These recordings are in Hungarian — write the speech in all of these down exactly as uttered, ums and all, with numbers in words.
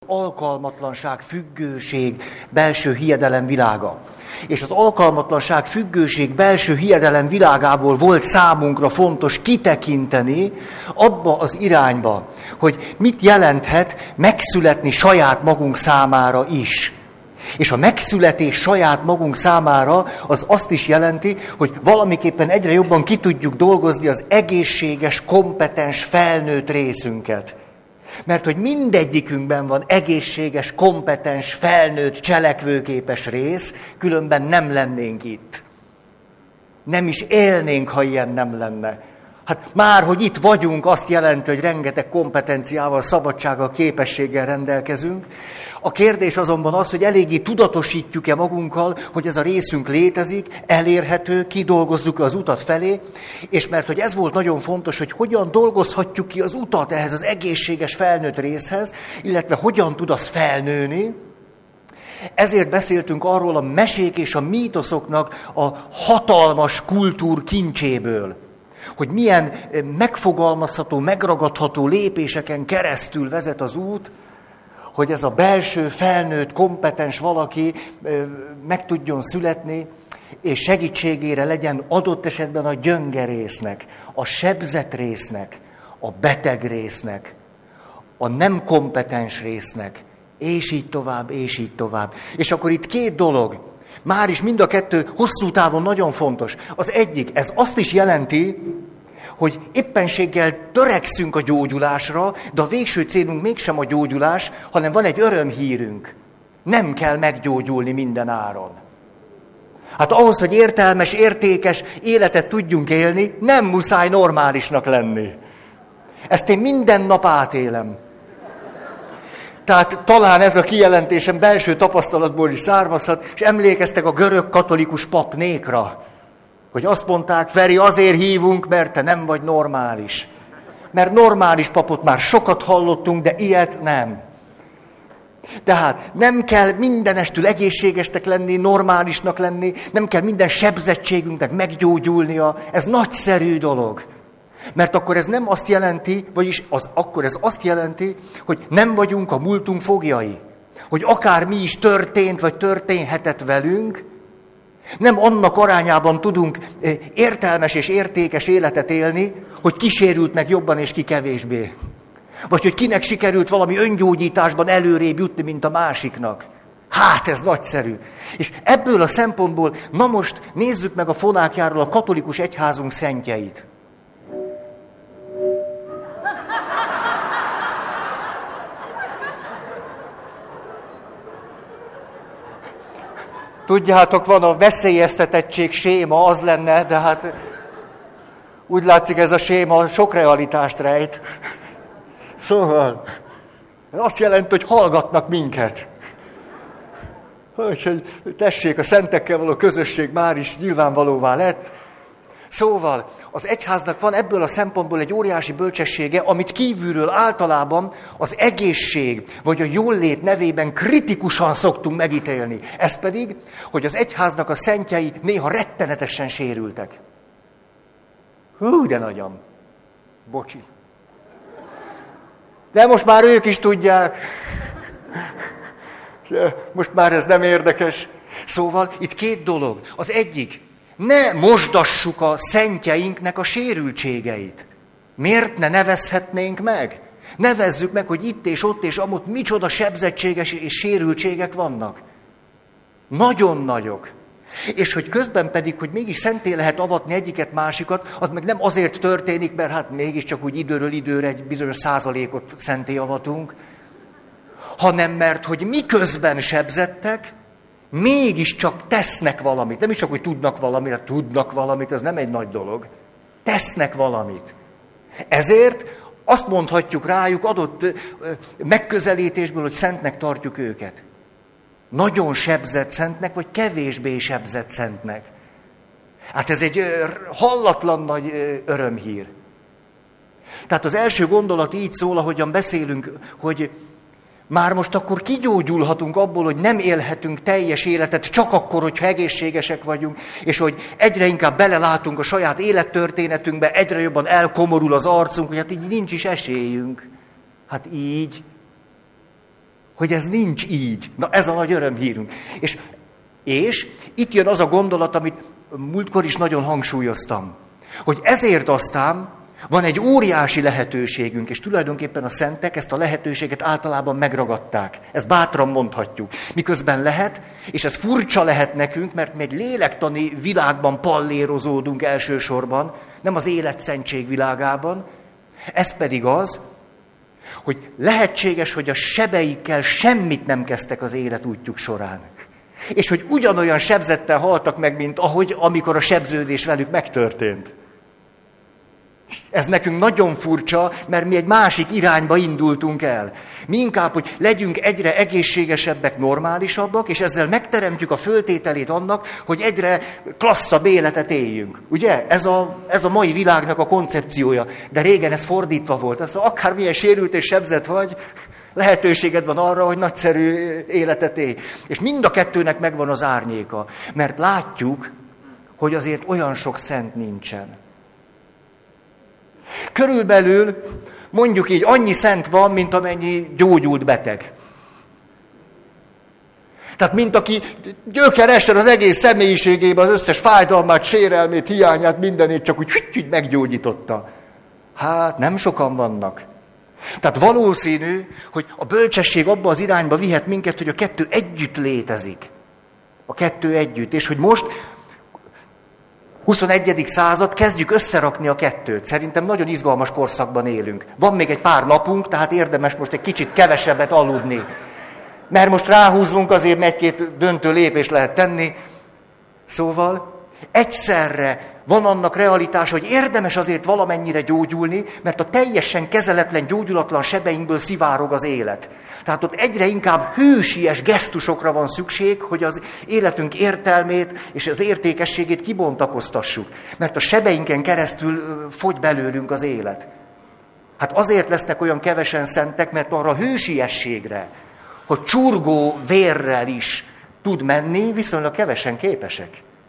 Alkalmatlanság, függőség, belső hiedelem világa. És az alkalmatlanság, függőség, belső hiedelem világából volt számunkra fontos kitekinteni abba az irányba, hogy mit jelenthet megszületni saját magunk számára is. És a megszületés saját magunk számára az azt is jelenti, hogy valamiképpen egyre jobban ki tudjuk dolgozni az egészséges, kompetens, felnőtt részünket. Mert hogy mindegyikünkben van egészséges, kompetens, felnőtt, cselekvőképes rész, különben nem lennénk itt. Nem is élnénk, ha ilyen nem lenne. Hát már, hogy itt vagyunk, azt jelenti, hogy rengeteg kompetenciával, szabadsággal, képességgel rendelkezünk. A kérdés azonban az, hogy eléggé tudatosítjuk-e magunkkal, hogy ez a részünk létezik, elérhető, kidolgozzuk az utat felé, és mert hogy ez volt nagyon fontos, hogy hogyan dolgozhatjuk ki az utat ehhez az egészséges felnőtt részhez, illetve hogyan tud az felnőni, ezért beszéltünk arról a mesék és a mítoszoknak a hatalmas kultúr kincséből, hogy milyen megfogalmazható, megragadható lépéseken keresztül vezet az út, hogy ez a belső, felnőtt, kompetens valaki meg tudjon születni, és segítségére legyen adott esetben a gyönge résznek, a sebzett résznek, a beteg résznek, a nem kompetens résznek, és így tovább, és így tovább. És akkor itt két dolog, már is mind a kettő hosszú távon nagyon fontos. Az egyik, ez azt is jelenti, hogy éppenséggel törekszünk a gyógyulásra, de a végső célunk mégsem a gyógyulás, hanem van egy örömhírünk. Nem kell meggyógyulni minden áron. Hát ahhoz, hogy értelmes, értékes életet tudjunk élni, nem muszáj normálisnak lenni. Ezt én minden nap átélem. Tehát talán ez a kijelentésem belső tapasztalatból is származhat, és emlékeztek a görög katolikus papnékra, hogy azt mondták, Feri, azért hívunk, mert te nem vagy normális. Mert normális papot már sokat hallottunk, de ilyet nem. Tehát nem kell mindenestül egészségesnek lenni, normálisnak lenni, nem kell minden sebzettségünknek meggyógyulnia, ez nagyszerű dolog. Mert akkor ez nem azt jelenti, vagyis az, akkor ez azt jelenti, hogy nem vagyunk a múltunk foglyai. Hogy akár mi is történt, vagy történhetett velünk, nem annak arányában tudunk értelmes és értékes életet élni, hogy ki sérült meg jobban és ki kevésbé. Vagy hogy kinek sikerült valami öngyógyításban előrébb jutni, mint a másiknak. Hát ez nagyszerű. És ebből a szempontból, na most nézzük meg a fonákjáról a katolikus egyházunk szentjeit. Tudjátok, van a veszélyeztetettség séma, az lenne, de hát úgy látszik, ez a séma sok realitást rejt. Szóval azt jelenti, hogy hallgatnak minket. Úgyhogy tessék, a szentekkel való közösség már is nyilvánvalóvá lett. Szóval az egyháznak van ebből a szempontból egy óriási bölcsessége, amit kívülről általában az egészség vagy a jólét nevében kritikusan szoktunk megítélni. Ez pedig, hogy az egyháznak a szentjei néha rettenetesen sérültek. Hú, de nagyon. Bocsi. De most már ők is tudják. Most már ez nem érdekes. Szóval itt két dolog. Az egyik, ne mosdassuk a szentjeinknek a sérültségeit. Miért ne nevezhetnénk meg? Nevezzük meg, hogy itt és ott és amott micsoda sebzettséges és sérültségek vannak. Nagyon nagyok. És hogy közben pedig, hogy mégis szenté lehet avatni egyiket, másikat, az meg nem azért történik, mert hát mégiscsak úgy időről időre egy bizonyos százalékot szenté avatunk, hanem mert, hogy miközben sebzettek, mégiscsak tesznek valamit. Nem is csak, hogy tudnak valamit, hát tudnak valamit, ez nem egy nagy dolog. Tesznek valamit. Ezért azt mondhatjuk rájuk adott megközelítésből, hogy szentnek tartjuk őket. Nagyon sebzett szentnek, vagy kevésbé sebzett szentnek. Hát ez egy hallatlan nagy örömhír. Tehát az első gondolat így szól, ahogyan beszélünk, hogy már most akkor kigyógyulhatunk abból, hogy nem élhetünk teljes életet csak akkor, hogyha egészségesek vagyunk, és hogy egyre inkább belelátunk a saját élettörténetünkbe, egyre jobban elkomorul az arcunk, hogy hát így nincs is esélyünk. Hát így, hogy ez nincs így. Na ez a nagy örömhírünk. És, és itt jön az a gondolat, amit múltkor is nagyon hangsúlyoztam, hogy ezért aztán van egy óriási lehetőségünk, és tulajdonképpen a szentek ezt a lehetőséget általában megragadták. Ezt bátran mondhatjuk. Miközben lehet, és ez furcsa lehet nekünk, mert mi egy lélektani világban pallérozódunk elsősorban, nem az életszentség világában. Ez pedig az, hogy lehetséges, hogy a sebeikkel semmit nem kezdtek az élet útjuk során. És hogy ugyanolyan sebzettel haltak meg, mint ahogy, amikor a sebződés velük megtörtént. Ez nekünk nagyon furcsa, mert mi egy másik irányba indultunk el. Mi inkább, hogy legyünk egyre egészségesebbek, normálisabbak, és ezzel megteremtjük a föltételét annak, hogy egyre klasszabb életet éljünk. Ugye? Ez a, ez a mai világnak a koncepciója. De régen ez fordítva volt. Azt mondja, akármilyen sérült és sebzett vagy, lehetőséged van arra, hogy nagyszerű életet élj. És mind a kettőnek megvan az árnyéka. Mert látjuk, hogy azért olyan sok szent nincsen. Körülbelül mondjuk így annyi szent van, mint amennyi gyógyult beteg. Tehát mint aki gyökeresen az egész személyiségében az összes fájdalmát, sérelmét, hiányát, mindenét csak úgy hügy, hügy meggyógyította. Hát nem sokan vannak. Tehát valószínű, hogy a bölcsesség abba az irányba vihet minket, hogy a kettő együtt létezik. A kettő együtt. És hogy most huszonegyedik század, kezdjük összerakni a kettőt. Szerintem nagyon izgalmas korszakban élünk. Van még egy pár napunk, tehát érdemes most egy kicsit kevesebbet aludni. Mert most ráhúzunk, azért egy-két döntő lépés lehet tenni. Szóval egyszerre van annak realitása, hogy érdemes azért valamennyire gyógyulni, mert a teljesen kezeletlen, gyógyulatlan sebeinkből szivárog az élet. Tehát ott egyre inkább hősies gesztusokra van szükség, hogy az életünk értelmét és az értékességét kibontakoztassuk. Mert a sebeinken keresztül fogy belőlünk az élet. Hát azért lesznek olyan kevesen szentek, mert arra a hősiességre, hogy csurgó vérrel is tud menni, viszonylag kevesen képesek.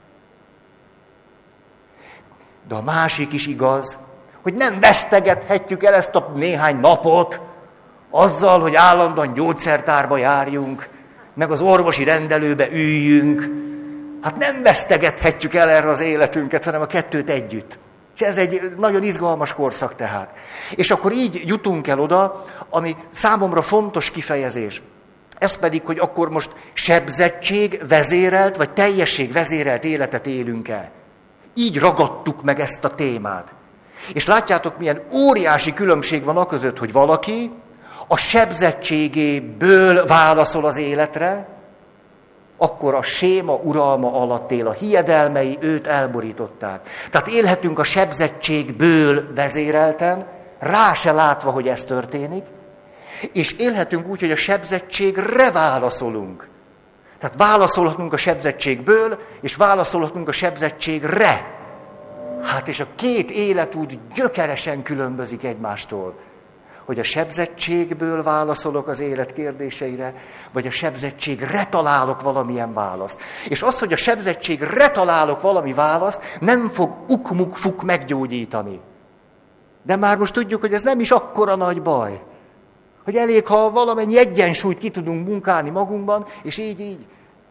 De a másik is igaz, hogy nem vesztegethetjük el ezt a néhány napot azzal, hogy állandóan gyógyszertárba járjunk, meg az orvosi rendelőbe üljünk. Hát nem vesztegethetjük el erre az életünket, hanem a kettőt együtt. És ez egy nagyon izgalmas korszak tehát. És akkor így jutunk el oda, ami számomra fontos kifejezés. Ez pedig, hogy akkor most sebzettség vezérelt, vagy teljesség vezérelt életet élünk el. Így ragadtuk meg ezt a témát. És látjátok, milyen óriási különbség van a között, hogy valaki a sebzettségéből válaszol az életre, akkor a séma uralma alatt él, a hiedelmei őt elborították. Tehát élhetünk a sebzettségből vezérelten, rá se látva, hogy ez történik, és élhetünk úgy, hogy a sebzettségre válaszolunk. Tehát válaszolhatunk a sebzettségből, és válaszolhatunk a sebzettségre. Hát és a két élet úgy gyökeresen különbözik egymástól. Hogy a sebzettségből válaszolok az élet kérdéseire, vagy a sebzettségre találok valamilyen választ. És az, hogy a sebzettségre találok valami választ, nem fog ukmuk-fuk meggyógyítani. De már most tudjuk, hogy ez nem is akkora nagy baj. Hogy elég, ha valamennyi egyensúlyt ki tudunk munkálni magunkban, és így, így.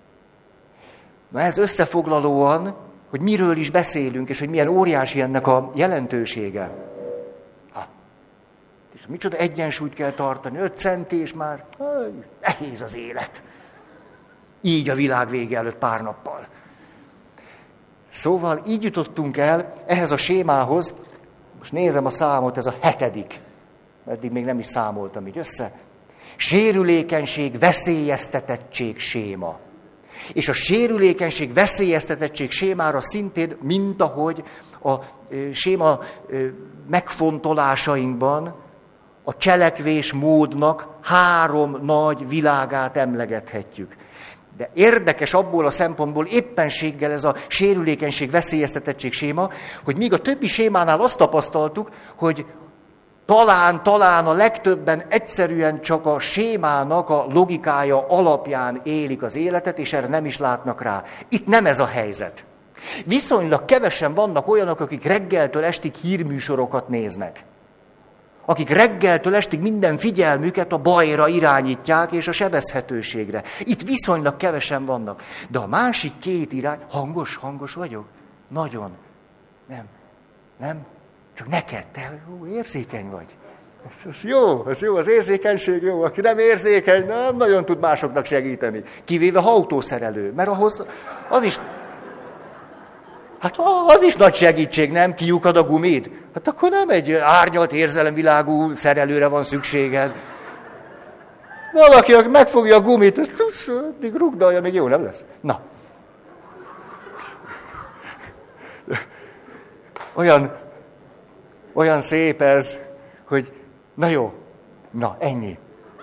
Na ez összefoglalóan, hogy miről is beszélünk, és hogy milyen óriási ennek a jelentősége. Ha. És micsoda egyensúlyt kell tartani, öt centi, és már haj, nehéz az élet. Így a világ vége előtt pár nappal. Szóval így jutottunk el ehhez a sémához, most nézem a számot, ez a hetedik. Eddig még nem is számoltam így össze. Sérülékenység, veszélyeztetettség séma. És a sérülékenység, veszélyeztetettség sémára szintén, mint ahogy a séma megfontolásainkban a cselekvés módnak három nagy világát emlegethetjük. De érdekes abból a szempontból éppenséggel ez a sérülékenység, veszélyeztetettség séma, hogy míg a többi sémánál azt tapasztaltuk, hogy Talán, talán a legtöbben egyszerűen csak a sémának a logikája alapján élik az életet, és erre nem is látnak rá. Itt nem ez a helyzet. Viszonylag kevesen vannak olyanok, akik reggeltől estig hírműsorokat néznek. akik reggeltől estig minden figyelmüket a bajra irányítják, és a sebezhetőségre. Itt viszonylag kevesen vannak. De a másik két irány... Hangos, hangos vagyok? Nagyon. Nem. Nem? Csak neked. Te jó, érzékeny vagy. Ez, ez jó, ez jó, az érzékenység jó. Aki nem érzékeny, nem nagyon tud másoknak segíteni. Kivéve ha autószerelő, mert ahhoz az is... Hát az is nagy segítség, nem? Kiukad a gumid? Hát akkor nem egy árnyalt érzelemvilágú szerelőre van szükséged. Valaki, aki megfogja a gumit, azt addig rugdalja, még jó nem lesz. Na. Olyan, olyan szép ez, hogy na jó, na ennyi.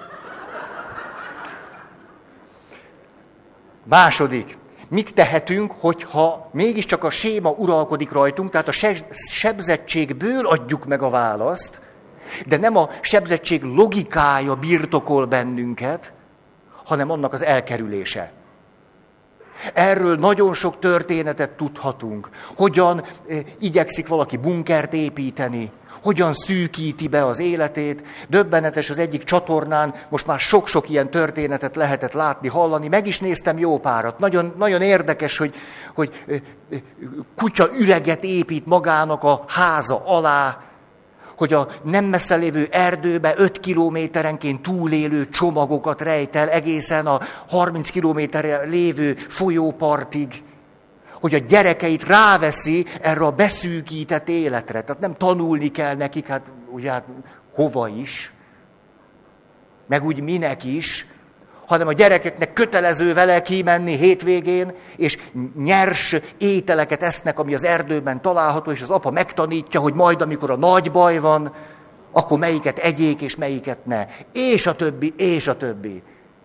Második. Mit tehetünk, hogyha mégiscsak a séma uralkodik rajtunk, tehát a sebzettségből adjuk meg a választ, de nem a sebzettség logikája birtokol bennünket, hanem annak az elkerülése. Erről nagyon sok történetet tudhatunk. Hogyan igyekszik valaki bunkert építeni, hogyan szűkíti be az életét. Döbbenetes, az egyik csatornán most már sok-sok ilyen történetet lehetett látni, hallani. Meg is néztem jó párat. Nagyon, nagyon érdekes, hogy, hogy kutya üreget épít magának a háza alá, hogy a nem messze lévő erdőbe öt kilométerenként túlélő csomagokat rejt el egészen a harminc kilométerre lévő folyópartig, hogy a gyerekeit ráveszi erre a beszűkített életre. Tehát nem tanulni kell nekik, hát ugye hát hova is, meg úgy minek is, hanem a gyerekeknek kötelező vele kimenni hétvégén, és nyers ételeket esznek, ami az erdőben található, és az apa megtanítja, hogy majd, amikor a nagy baj van, akkor melyiket egyék, és melyiket ne. És a többi, és a többi.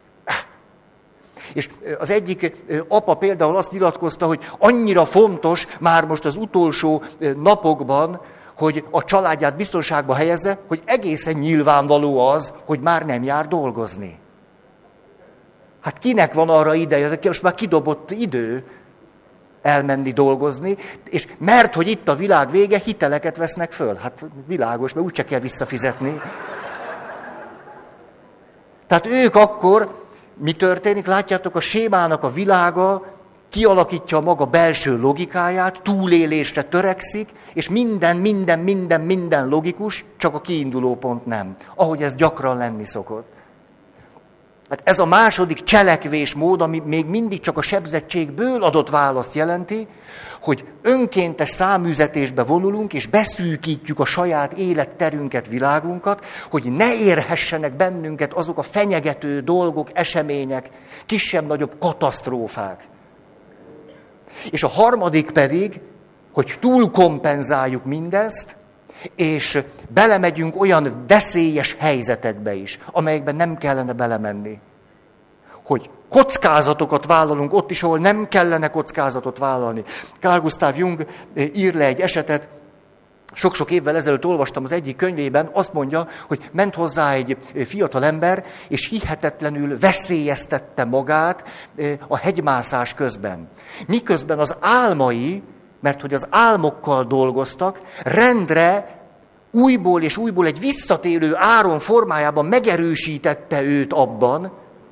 És az egyik apa például azt nyilatkozta, hogy annyira fontos már most az utolsó napokban, hogy a családját biztonságba helyezze, hogy egészen nyilvánvaló az, hogy már nem jár dolgozni. Hát kinek van arra ideje, most már kidobott idő elmenni dolgozni, és mert, hogy itt a világ vége, hiteleket vesznek föl. Hát világos, mert úgyse kell visszafizetni. Tehát ők akkor, mi történik? Látjátok, a sémának a világa kialakítja maga belső logikáját, túlélésre törekszik, és minden, minden, minden, minden logikus, csak a kiinduló pont nem. Ahogy ez gyakran lenni szokott. Hát ez a második cselekvésmód, ami még mindig csak a sebzettségből adott választ jelenti, hogy önkéntes száműzetésbe vonulunk, és beszűkítjük a saját életterünket, világunkat, hogy ne érhessenek bennünket azok a fenyegető dolgok, események, kisebb-nagyobb katasztrófák. És a harmadik pedig, hogy túlkompenzáljuk mindezt, és belemegyünk olyan veszélyes helyzetekbe is, amelyekben nem kellene belemenni. Hogy kockázatokat vállalunk ott is, ahol nem kellene kockázatot vállalni. Carl Gustav Jung ír le egy esetet, sok-sok évvel ezelőtt olvastam az egyik könyvében, azt mondja, hogy ment hozzá egy fiatal ember, és hihetetlenül veszélyeztette magát a hegymászás közben. Miközben az álmai, mert hogy az álmokkal dolgoztak, rendre újból és újból egy visszatérő áron formájában megerősítette őt abban,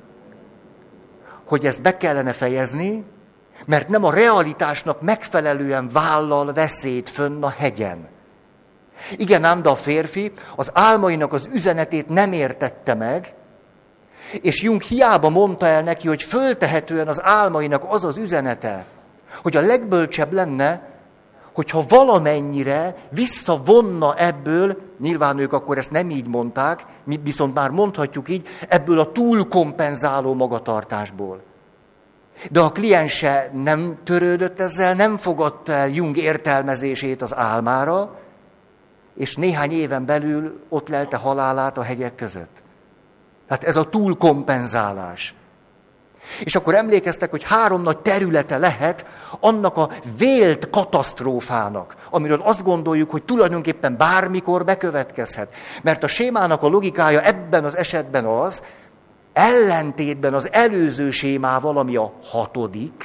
hogy ezt be kellene fejezni, mert nem a realitásnak megfelelően vállal veszélyt fönn a hegyen. Igen ám, de a férfi az álmainak az üzenetét nem értette meg, és Jung hiába mondta el neki, hogy föltehetően az álmainak az az üzenete, hogy a legbölcsebb lenne, hogyha valamennyire visszavonna ebből, nyilván ők akkor ezt nem így mondták, mi viszont már mondhatjuk így, ebből a túlkompenzáló magatartásból. De a kliense nem törődött ezzel, nem fogadta el Jung értelmezését az álmára, és néhány éven belül ott lelte halálát a hegyek között. Tehát ez a túlkompenzálás. És akkor emlékeztek, hogy három nagy területe lehet annak a vélt katasztrófának, amiről azt gondoljuk, hogy tulajdonképpen bármikor bekövetkezhet. Mert a sémának a logikája ebben az esetben az, ellentétben az előző sémával, ami a hatodik,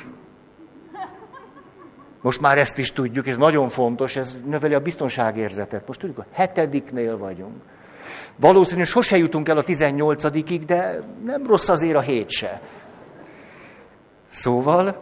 most már ezt is tudjuk, és nagyon fontos, ez növeli a biztonságérzetet. Most tudjuk, a hetediknél vagyunk. Valószínűleg sose jutunk el a tizennyolcadikig, de nem rossz azért a hét se. Szóval,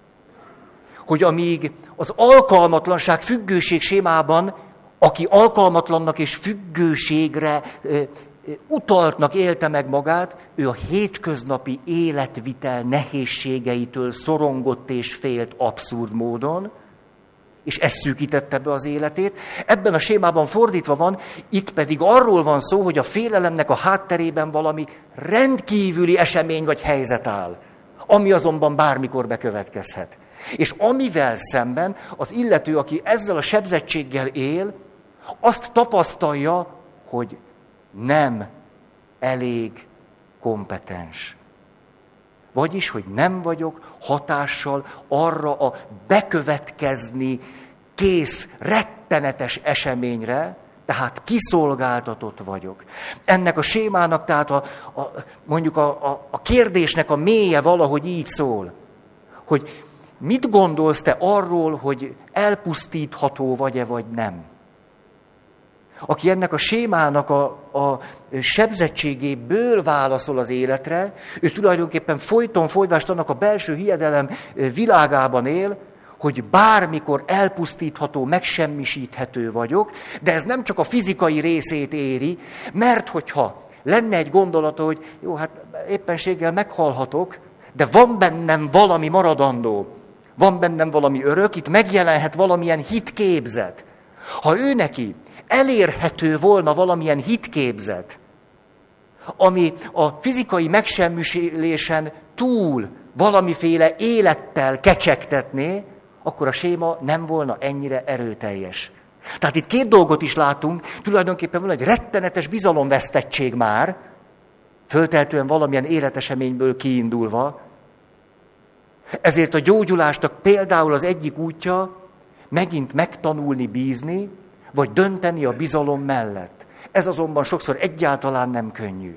hogy amíg az alkalmatlanság függőség sémában, aki alkalmatlannak és függőségre e, utaltnak élte meg magát, ő a hétköznapi életvitel nehézségeitől szorongott és félt abszurd módon, és ez szűkítette be az életét. Ebben a sémában fordítva van, itt pedig arról van szó, hogy a félelemnek a hátterében valami rendkívüli esemény vagy helyzet áll, ami azonban bármikor bekövetkezhet. És amivel szemben az illető, aki ezzel a sebzettséggel él, azt tapasztalja, hogy nem elég kompetens. Vagyis, hogy nem vagyok hatással arra a bekövetkezni kész, rettenetes eseményre, tehát kiszolgáltatott vagyok. Ennek a sémának, tehát a, a, mondjuk a, a, a kérdésnek a mélye valahogy így szól, hogy mit gondolsz te arról, hogy elpusztítható vagy-e, vagy nem? Aki ennek a sémának a, a sebzettségéből válaszol az életre, ő tulajdonképpen folyton folyvást annak a belső hiedelem világában él, hogy bármikor elpusztítható, megsemmisíthető vagyok, de ez nem csak a fizikai részét éri, mert hogyha lenne egy gondolata, hogy jó, hát éppenséggel meghalhatok, de van bennem valami maradandó, van bennem valami örök, itt megjelenhet valamilyen hitképzet. Ha ő neki elérhető volna valamilyen hitképzet, ami a fizikai megsemmisülésen túl valamiféle élettel kecsegtetné, akkor a séma nem volna ennyire erőteljes. Tehát itt két dolgot is látunk, tulajdonképpen van egy rettenetes bizalomvesztettség már, föltehetően valamilyen életeseményből kiindulva. Ezért a gyógyulásnak például az egyik útja megint megtanulni bízni, vagy dönteni a bizalom mellett. Ez azonban sokszor egyáltalán nem könnyű.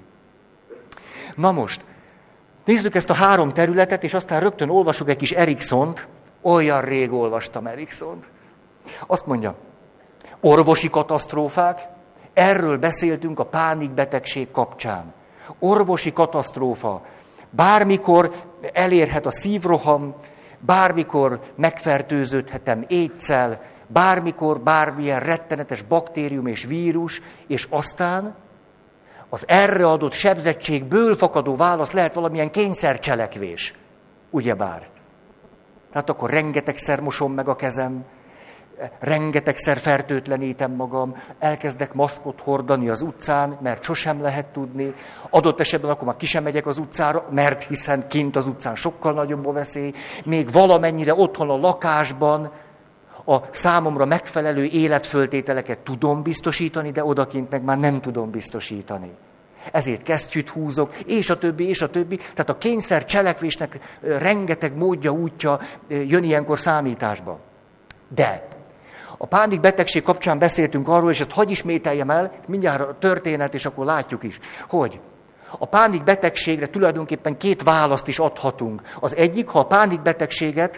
Na most, nézzük ezt a három területet, és aztán rögtön olvasok egy kis Eriksont. Olyan rég olvastam Eriksont. Azt mondja, orvosi katasztrófák, erről beszéltünk a pánikbetegség kapcsán. Orvosi katasztrófa. Bármikor elérhet a szívroham, bármikor megfertőződhetem étszel, bármikor bármilyen rettenetes baktérium és vírus, és aztán az erre adott sebzettségből fakadó válasz lehet valamilyen kényszercselekvés. Ugyebár. Tehát akkor rengetegszer mosom meg a kezem, rengetegszer fertőtlenítem magam, elkezdek maszkot hordani az utcán, mert sosem lehet tudni. Adott esetben akkor már ki sem megyek az utcára, mert hiszen kint az utcán sokkal nagyobb a veszély. Még valamennyire otthon a lakásban a számomra megfelelő életföltételeket tudom biztosítani, de odakint meg már nem tudom biztosítani. Ezért kesztyűt húzok, és a többi, és a többi. Tehát a kényszer cselekvésnek rengeteg módja, útja jön ilyenkor számításba. De a pánikbetegség kapcsán beszéltünk arról, és ezt hadd ismételjem el, mindjárt a történet, és akkor látjuk is, hogy a pánikbetegségre tulajdonképpen két választ is adhatunk. Az egyik, ha a pánikbetegséget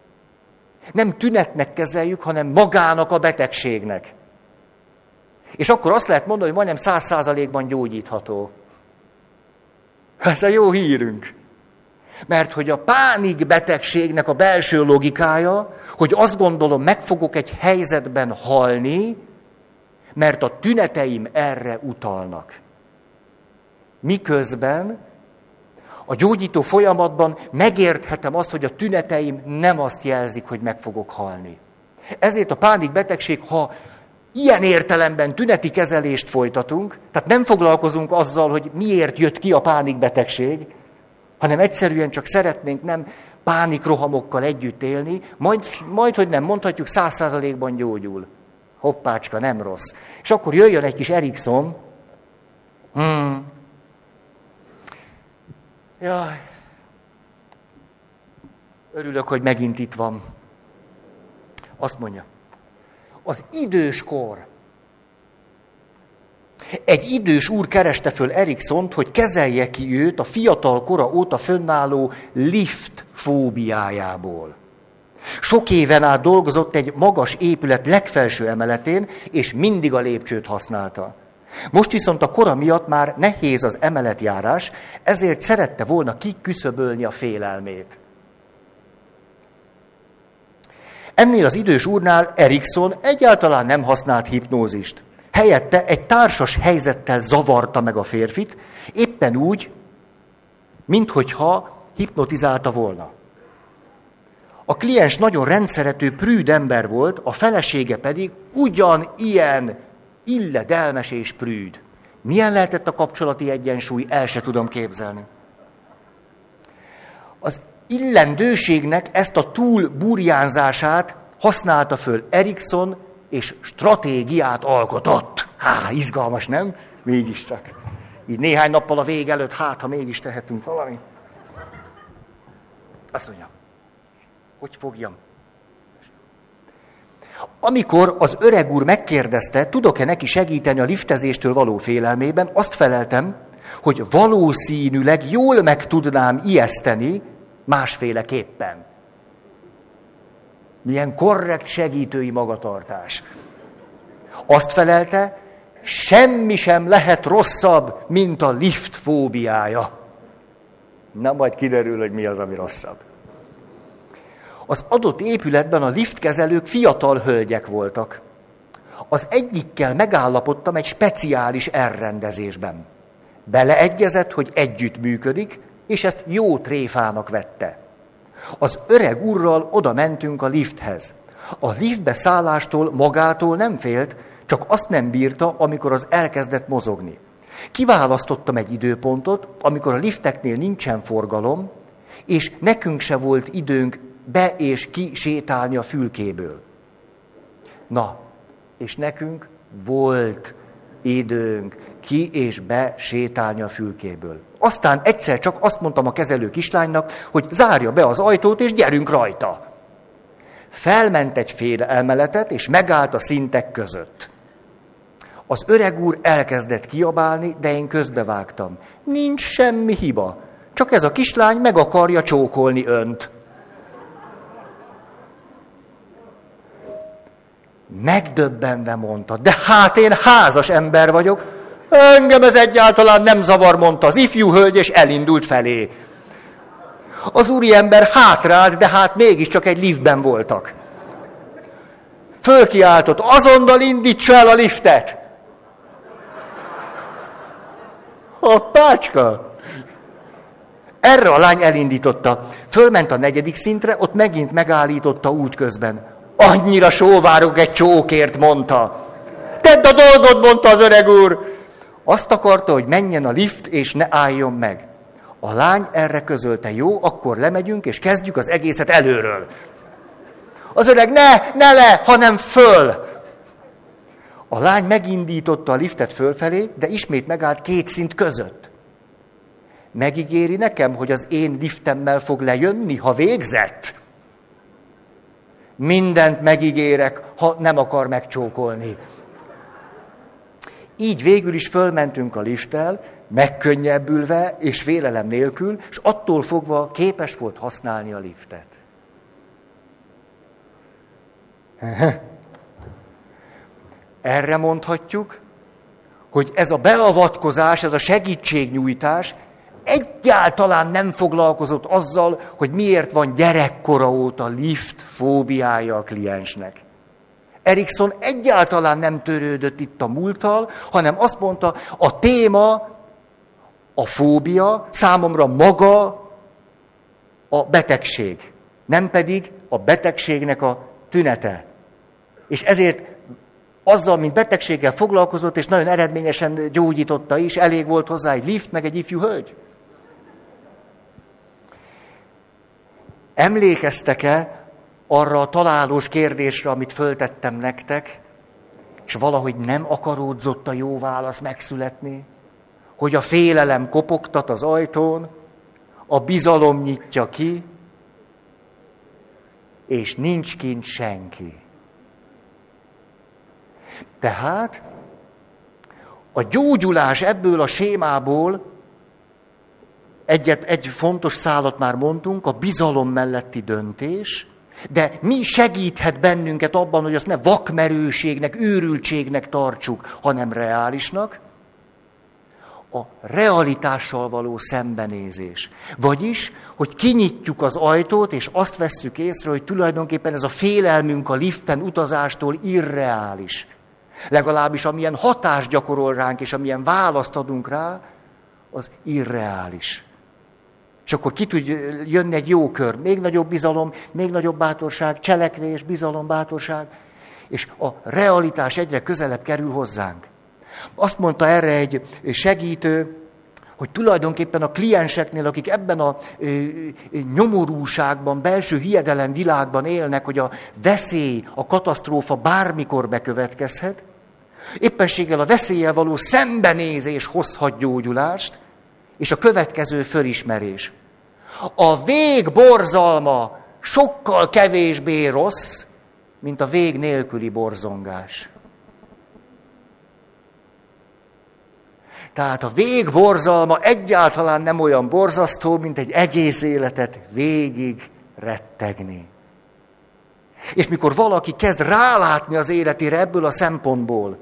nem tünetnek kezeljük, hanem magának a betegségnek. És akkor azt lehet mondani, hogy majdnem száz százalékban gyógyítható. Ez a jó hírünk. Mert hogy a pánikbetegségnek a belső logikája, hogy azt gondolom, meg fogok egy helyzetben halni, mert a tüneteim erre utalnak. Miközben a gyógyító folyamatban megérthetem azt, hogy a tüneteim nem azt jelzik, hogy meg fogok halni. Ezért a pánikbetegség, ha ilyen értelemben tüneti kezelést folytatunk, tehát nem foglalkozunk azzal, hogy miért jött ki a pánikbetegség, hanem egyszerűen csak szeretnénk nem pánikrohamokkal együtt élni, majd, majd hogy nem mondhatjuk, száz százalékban gyógyul. Hoppácska, nem rossz. És akkor jöjjön egy kis Erikson. Hmm. Jaj. Örülök, hogy megint itt van. Azt mondja, az időskor. Egy idős úr kereste föl Eriksont, hogy kezelje ki őt a fiatal kora óta fönnálló lift fóbiájából. Sok éven át dolgozott egy magas épület legfelső emeletén, és mindig a lépcsőt használta. Most viszont a kora miatt már nehéz az emeletjárás, ezért szerette volna kiküszöbölni a félelmét. Ennél az idős úrnál Erikson egyáltalán nem használt hipnózist. Helyette egy társas helyzettel zavarta meg a férfit, éppen úgy, minthogyha hipnotizálta volna. A kliens nagyon rendszerető, prűd ember volt, a felesége pedig ugyanilyen illedelmes és prűd. Milyen lehetett a kapcsolati egyensúly, el se tudom képzelni. Az illendőségnek ezt a túl burjánzását használta föl Erikson, és stratégiát alkotott. Há, izgalmas, nem? Mégiscsak. Így néhány nappal a vég előtt, hát, ha mégis tehetünk valami. Azt mondja, hogy fogjam? Amikor az öreg úr megkérdezte, tudok-e neki segíteni a liftezéstől való félelmében, azt feleltem, hogy valószínűleg jól meg tudnám ijeszteni másféleképpen. Milyen korrekt segítői magatartás. Azt felelte, semmi sem lehet rosszabb, mint a lift fóbiája. Na, majd kiderül, hogy mi az, ami rosszabb. Az adott épületben a liftkezelők fiatal hölgyek voltak. Az egyikkel megállapodtam egy speciális elrendezésben. Beleegyezett, hogy együtt működik, és ezt jó tréfának vette. Az öreg úrral oda mentünk a lifthez. A liftbe szállástól magától nem félt, csak azt nem bírta, amikor az elkezdett mozogni. Kiválasztottam egy időpontot, amikor a lifteknél nincsen forgalom, és nekünk se volt időnk be és ki sétálni a fülkéből. Na, és nekünk volt időnk ki és be sétálni a fülkéből. Aztán egyszer csak azt mondtam a kezelő kislánynak, hogy zárja be az ajtót, és gyerünk rajta. Felment egy fél emeletet, és megállt a szintek között. Az öreg úr elkezdett kiabálni, de én közbevágtam. Nincs semmi hiba, csak ez a kislány meg akarja csókolni önt. Megdöbbenve mondta, de hát én házas ember vagyok, engem ez egyáltalán nem zavar, mondta az ifjú hölgy, és elindult felé. Az úriember hátrált, de hát mégiscsak egy liftben voltak. Fölkiáltott, azonnal indítsa el a liftet! Hoppácska! Erre a lány elindította. Fölment a negyedik szintre, ott megint megállította útközben. Annyira sóvárok egy csókért, mondta. Tedd a dolgod, mondta az öreg úr. Azt akarta, hogy menjen a lift, és ne álljon meg. A lány erre közölte, jó, akkor lemegyünk, és kezdjük az egészet előről. Az öreg, ne, ne le, hanem föl. A lány megindította a liftet fölfelé, de ismét megállt két szint között. Megígéri nekem, hogy az én liftemmel fog lejönni, ha végzett? Mindent megígérek, ha nem akar megcsókolni. Így végül is fölmentünk a lifttel, megkönnyebbülve és félelem nélkül, és attól fogva képes volt használni a liftet. Erre mondhatjuk, hogy ez a beavatkozás, ez a segítségnyújtás egyáltalán nem foglalkozott azzal, hogy miért van gyerekkora óta lift fóbiája a kliensnek. Erikson egyáltalán nem törődött itt a múlttal, hanem azt mondta, a téma, a fóbia számomra maga a betegség, nem pedig a betegségnek a tünete. És ezért azzal, mint betegséggel foglalkozott, és nagyon eredményesen gyógyította is, elég volt hozzá egy lift, meg egy ifjú hölgy. Emlékeztek-e arra a találós kérdésre, amit föltettem nektek, és valahogy nem akaródzott a jó válasz megszületni? Hogy a félelem kopogtat az ajtón, a bizalom nyitja ki, és nincs kint senki. Tehát a gyógyulás ebből a sémából, egyet, egy fontos szálat már mondtunk, a bizalom melletti döntés, de mi segíthet bennünket abban, hogy azt ne vakmerőségnek, őrültségnek tartsuk, hanem reálisnak. A realitással való szembenézés. Vagyis, hogy kinyitjuk az ajtót, és azt vesszük észre, hogy tulajdonképpen ez a félelmünk a liften utazástól irreális. Legalábbis amilyen hatást gyakorol ránk, és amilyen választ adunk rá, az irreális. És akkor ki tud jönni egy jó kör. Még nagyobb bizalom, még nagyobb bátorság, cselekvés, bizalom, bátorság. És a realitás egyre közelebb kerül hozzánk. Azt mondta erre egy segítő, hogy tulajdonképpen a klienseknél, akik ebben a nyomorúságban, belső hiedelem világban élnek, hogy a veszély, a katasztrófa bármikor bekövetkezhet, éppenséggel a veszéllyel való szembenézés hozhat gyógyulást, és a következő fölismerés. A vég borzalma sokkal kevésbé rossz, mint a vég nélküli borzongás. Tehát a vég borzalma egyáltalán nem olyan borzasztó, mint egy egész életet végig rettegni. És mikor valaki kezd rálátni az életére ebből a szempontból,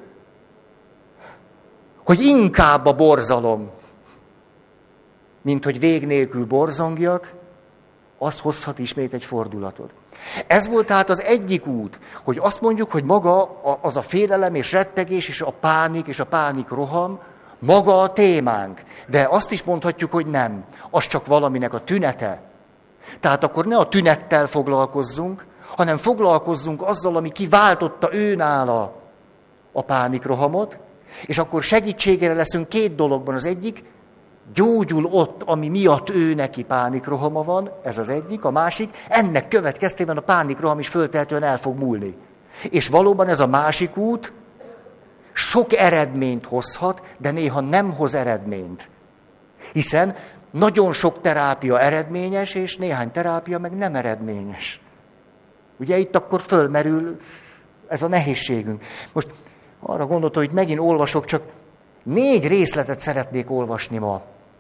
hogy inkább a borzalom, mint hogy vég nélkül borzongjak, az hozhat ismét egy fordulatot. Ez volt tehát az egyik út, hogy azt mondjuk, hogy maga az a félelem és rettegés, és a pánik és a pánik roham, maga a témánk. De azt is mondhatjuk, hogy nem. Az csak valaminek a tünete. Tehát akkor ne a tünettel foglalkozzunk, hanem foglalkozzunk azzal, ami kiváltotta őnála a pánikrohamot, és akkor segítségére leszünk két dologban. Az egyik, gyógyul ott, ami miatt ő neki pánikrohama van, ez az egyik, a másik, ennek következtében a pánikroham is föltehetően el fog múlni. És valóban ez a másik út sok eredményt hozhat, de néha nem hoz eredményt. Hiszen nagyon sok terápia eredményes, és néhány terápia meg nem eredményes. Ugye itt akkor fölmerül ez a nehézségünk. Most arra gondoltam, hogy megint olvasok, csak négy részletet szeretnék olvasni ma.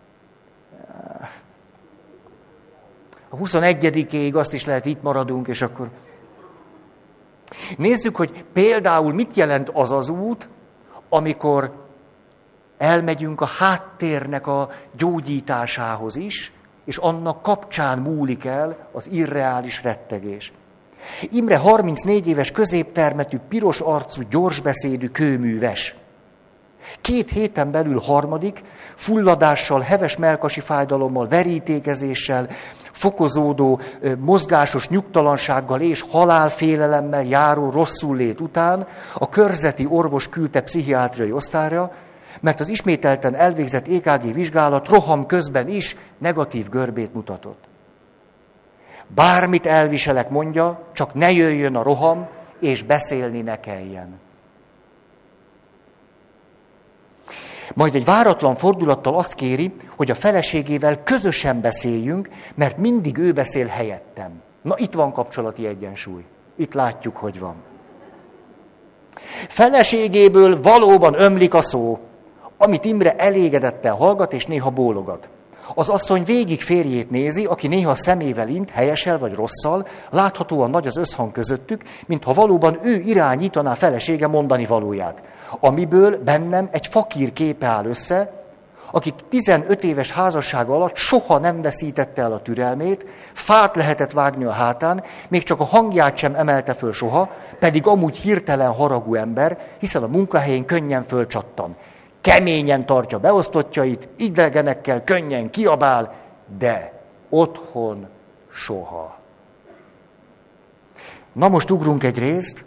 A huszonegyedikéig azt is lehet, itt maradunk, és akkor... Nézzük, hogy például mit jelent az az út, amikor elmegyünk a háttérnek a gyógyításához is, és annak kapcsán múlik el az irreális rettegés. Imre harmincnégy éves középtermetű, piros arcú, gyorsbeszédű kőműves. Két héten belül harmadik, fulladással, heves mellkasi fájdalommal, verítékezéssel, fokozódó, mozgásos nyugtalansággal és halálfélelemmel járó rosszullét után a körzeti orvos küldte pszichiátriai osztályra, mert az ismételten elvégzett é ká gé vizsgálat roham közben is negatív görbét mutatott. Bármit elviselek, mondja, csak ne jöjjön a roham, és beszélni ne kelljen. Majd egy váratlan fordulattal azt kéri, hogy a feleségével közösen beszéljünk, mert mindig ő beszél helyettem. Na, itt van kapcsolati egyensúly. Itt látjuk, hogy van. Feleségéből valóban ömlik a szó, amit Imre elégedetten hallgat és néha bólogat. Az asszony végig férjét nézi, aki néha szemével int, helyessel vagy rosszal, láthatóan nagy az összhang közöttük, mintha valóban ő irányítaná felesége mondani valóját. Amiből bennem egy fakír képe áll össze, aki tizenöt éves házassága alatt soha nem veszítette el a türelmét, fát lehetett vágni a hátán, még csak a hangját sem emelte föl soha, pedig amúgy hirtelen haragú ember, hiszen a munkahelyén könnyen fölcsattan. Keményen tartja beosztottjait, idegenekkel könnyen kiabál, de otthon soha. Na most ugrunk egy részt.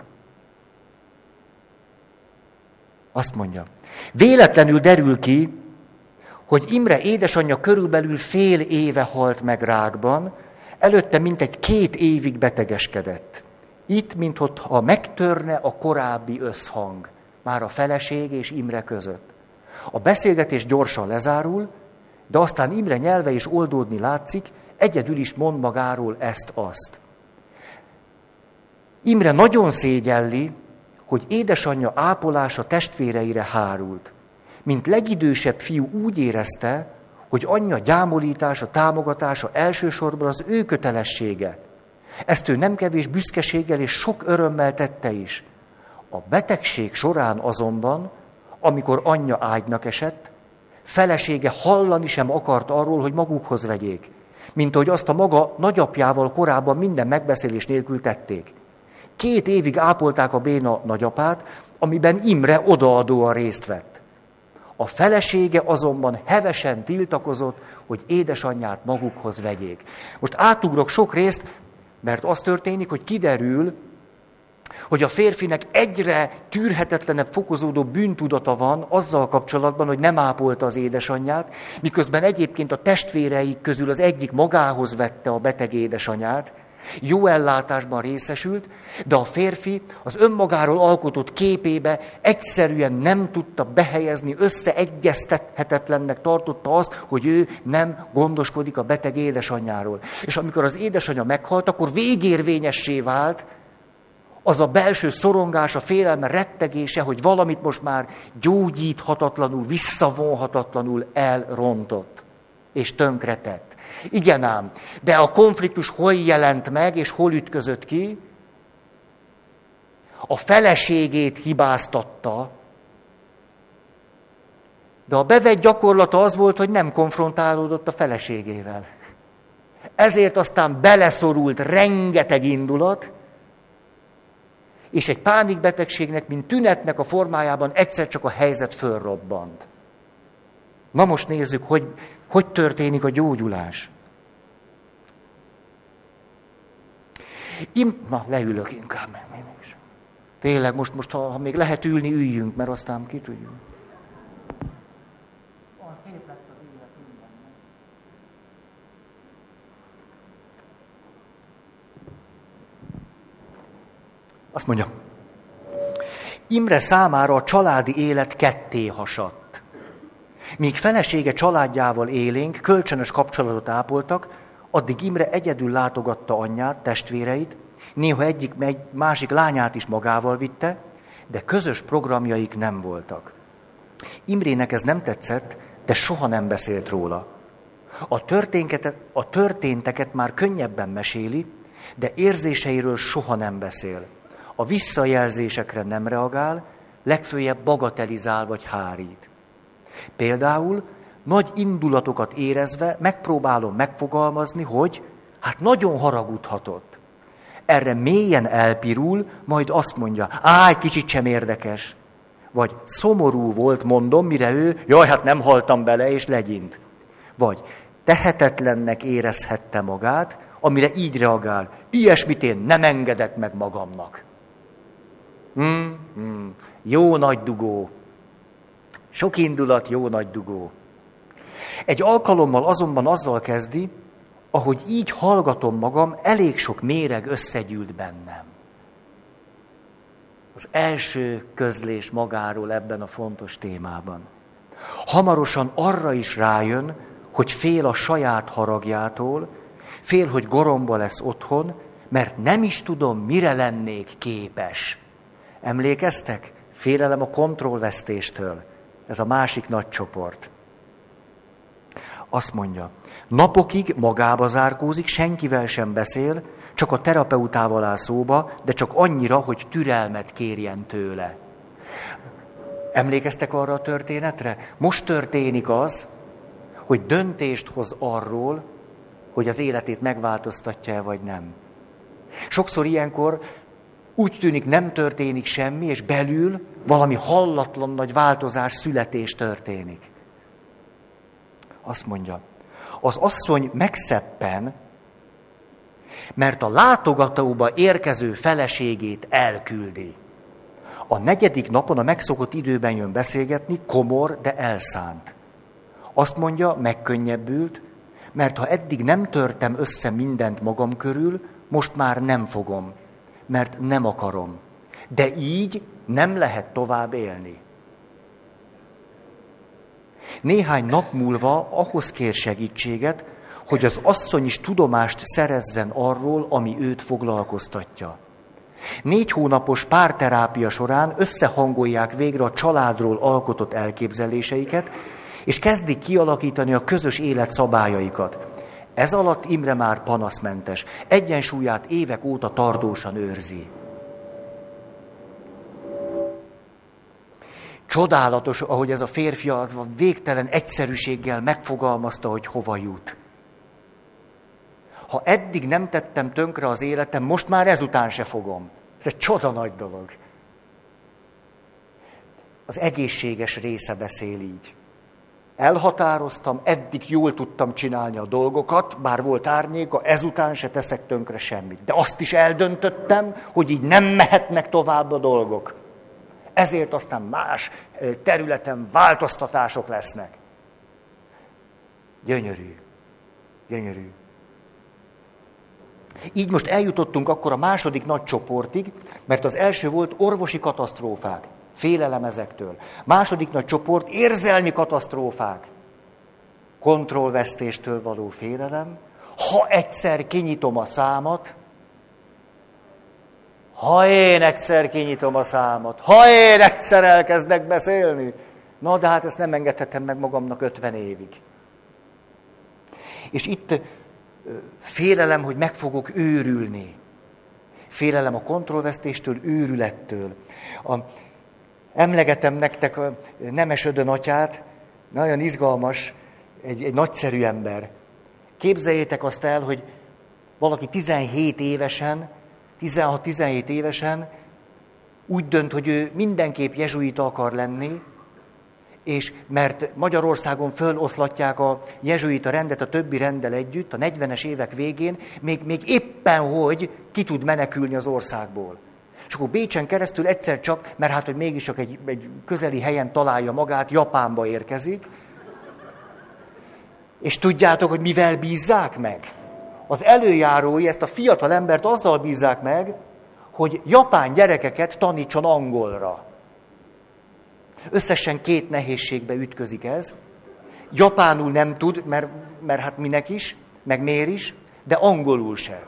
Azt mondja, véletlenül derül ki, hogy Imre édesanyja körülbelül fél éve halt meg rákban, előtte mintegy két évig betegeskedett. Itt, minthogyha megtörne a korábbi összhang, már a feleség és Imre között. A beszélgetés gyorsan lezárul, de aztán Imre nyelve is oldódni látszik, egyedül is mond magáról ezt-azt. Imre nagyon szégyelli, hogy édesanyja ápolása testvéreire hárult. Mint legidősebb fiú úgy érezte, hogy anyja gyámolítása, támogatása elsősorban az ő kötelessége. Ezt ő nem kevés büszkeséggel és sok örömmel tette is. A betegség során azonban, amikor anyja ágynak esett, Felesége hallani sem akart arról, hogy magukhoz vegyék, mint ahogy azt a maga nagyapjával korábban minden megbeszélés nélkül tették. Két évig ápolták a béna nagyapát, amiben Imre odaadóan részt vett. A felesége azonban hevesen tiltakozott, hogy édesanyját magukhoz vegyék. Most átugrok sok részt, mert az történik, hogy kiderül, hogy a férfinek egyre tűrhetetlenebb fokozódó bűntudata van azzal kapcsolatban, hogy nem ápolta az édesanyját, miközben egyébként a testvéreik közül az egyik magához vette a beteg édesanyját, jó ellátásban részesült, de a férfi az önmagáról alkotott képébe egyszerűen nem tudta behelyezni, összeegyeztethetetlennek tartotta azt, hogy ő nem gondoskodik a beteg édesanyjáról. És amikor az édesanyja meghalt, akkor végérvényessé vált az a belső szorongás, a félelme, rettegése, hogy valamit most már gyógyíthatatlanul, visszavonhatatlanul elrontott és tönkretett. Igen ám, de a konfliktus hol jelent meg, és hol ütközött ki? A feleségét hibáztatta, de a bevett gyakorlata az volt, hogy nem konfrontálódott a feleségével. Ezért aztán beleszorult rengeteg indulat, és egy pánikbetegségnek, mint tünetnek a formájában egyszer csak a helyzet fölrobbant. Na most nézzük, hogy, hogy történik a gyógyulás. Im... Na, leülök inkább. Tényleg, most, most ha, ha még lehet ülni, üljünk, mert aztán ki tudjuk. Azt mondja, Imre számára a családi élet ketté hasadt. Míg felesége családjával élénk, kölcsönös kapcsolatot ápoltak, addig Imre egyedül látogatta anyját, testvéreit, néha egyik másik lányát is magával vitte, de közös programjaik nem voltak. Imrének ez nem tetszett, de soha nem beszélt róla. A történteket, a történteket már könnyebben meséli, de érzéseiről soha nem beszél. A visszajelzésekre nem reagál, legfőjebb bagatelizál vagy hárít. Például nagy indulatokat érezve megpróbálom megfogalmazni, hogy hát nagyon haragudhatott. Erre mélyen elpirul, majd azt mondja, á, egy kicsit sem érdekes. Vagy szomorú volt, mondom, mire ő, jaj, hát nem haltam bele, és legyint. Vagy tehetetlennek érezhette magát, amire így reagál, ilyesmit én nem engedek meg magamnak. Hmm, hmm, jó nagy dugó. Sok indulat, jó nagy dugó. Egy alkalommal azonban azzal kezdi, ahogy így hallgatom magam, elég sok méreg összegyűlt bennem. Az első közlés magáról ebben a fontos témában. Hamarosan arra is rájön, hogy fél a saját haragjától, fél, hogy goromba lesz otthon, mert nem is tudom, mire lennék képes. Emlékeztek? Félelem a kontrollvesztéstől. Ez a másik nagy csoport. Azt mondja, napokig magába zárkózik, senkivel sem beszél, csak a terapeutával áll szóba, de csak annyira, hogy türelmet kérjen tőle. Emlékeztek arra a történetre? Most történik az, hogy döntést hoz arról, hogy az életét megváltoztatja-e vagy nem. Sokszor ilyenkor úgy tűnik, nem történik semmi, és belül valami hallatlan nagy változás, születés történik. Azt mondja, az asszony megszeppen, mert a látogatóba érkező feleségét elküldi. A negyedik napon a megszokott időben jön beszélgetni, komor, de elszánt. Azt mondja, megkönnyebbült, mert ha eddig nem törtem össze mindent magam körül, most már nem fogom, mert nem akarom. De így nem lehet tovább élni. Néhány nap múlva ahhoz kér segítséget, hogy az asszony is tudomást szerezzen arról, ami őt foglalkoztatja. Négy hónapos párterápia során összehangolják végre a családról alkotott elképzeléseiket, és kezdik kialakítani a közös élet szabályaikat. Ez alatt Imre már panaszmentes, egyensúlyát évek óta tartósan őrzi. Csodálatos, ahogy ez a férfi a végtelen egyszerűséggel megfogalmazta, hogy hova jut. Ha eddig nem tettem tönkre az életem, most már ezután se fogom. Ez egy csoda nagy dolog. Az egészséges része beszél így. Elhatároztam, eddig jól tudtam csinálni a dolgokat, bár volt árnyéka, ezután se teszek tönkre semmit. De azt is eldöntöttem, hogy így nem mehetnek tovább a dolgok. Ezért aztán más területen változtatások lesznek. Gyönyörű. Gyönyörű. Így most eljutottunk akkor a második nagy csoportig, mert az első volt orvosi katasztrófák. Félelem ezektől. Második nagy csoport, érzelmi katasztrófák. Kontrollvesztéstől való félelem. Ha egyszer kinyitom a számat, ha én egyszer kinyitom a számat, ha én egyszer elkezdek beszélni, na de hát ezt nem engedhetem meg magamnak ötven évig. És itt félelem, hogy meg fogok őrülni. Félelem a kontrollvesztéstől, őrülettől. A Emlegetem nektek a Nemes Ödön atyát, nagyon izgalmas, egy, egy nagyszerű ember. Képzeljétek azt el, hogy valaki tizenhét évesen, tizenhat-tizenhét évesen úgy dönt, hogy ő mindenképp jezsuita akar lenni, és mert Magyarországon föloszlatják a jezsuita rendet a többi renddel együtt, a negyvenes évek végén, még, még éppen hogy ki tud menekülni az országból. És akkor Bécsen keresztül egyszer csak, mert hát, hogy mégis csak egy, egy közeli helyen találja magát, Japánba érkezik. És tudjátok, hogy mivel bízzák meg? Az előjárói ezt a fiatal embert azzal bízzák meg, hogy japán gyerekeket tanítson angolra. Összesen két nehézségbe ütközik ez. Japánul nem tud, mert, mert hát minek is, meg miért is, de angolul se.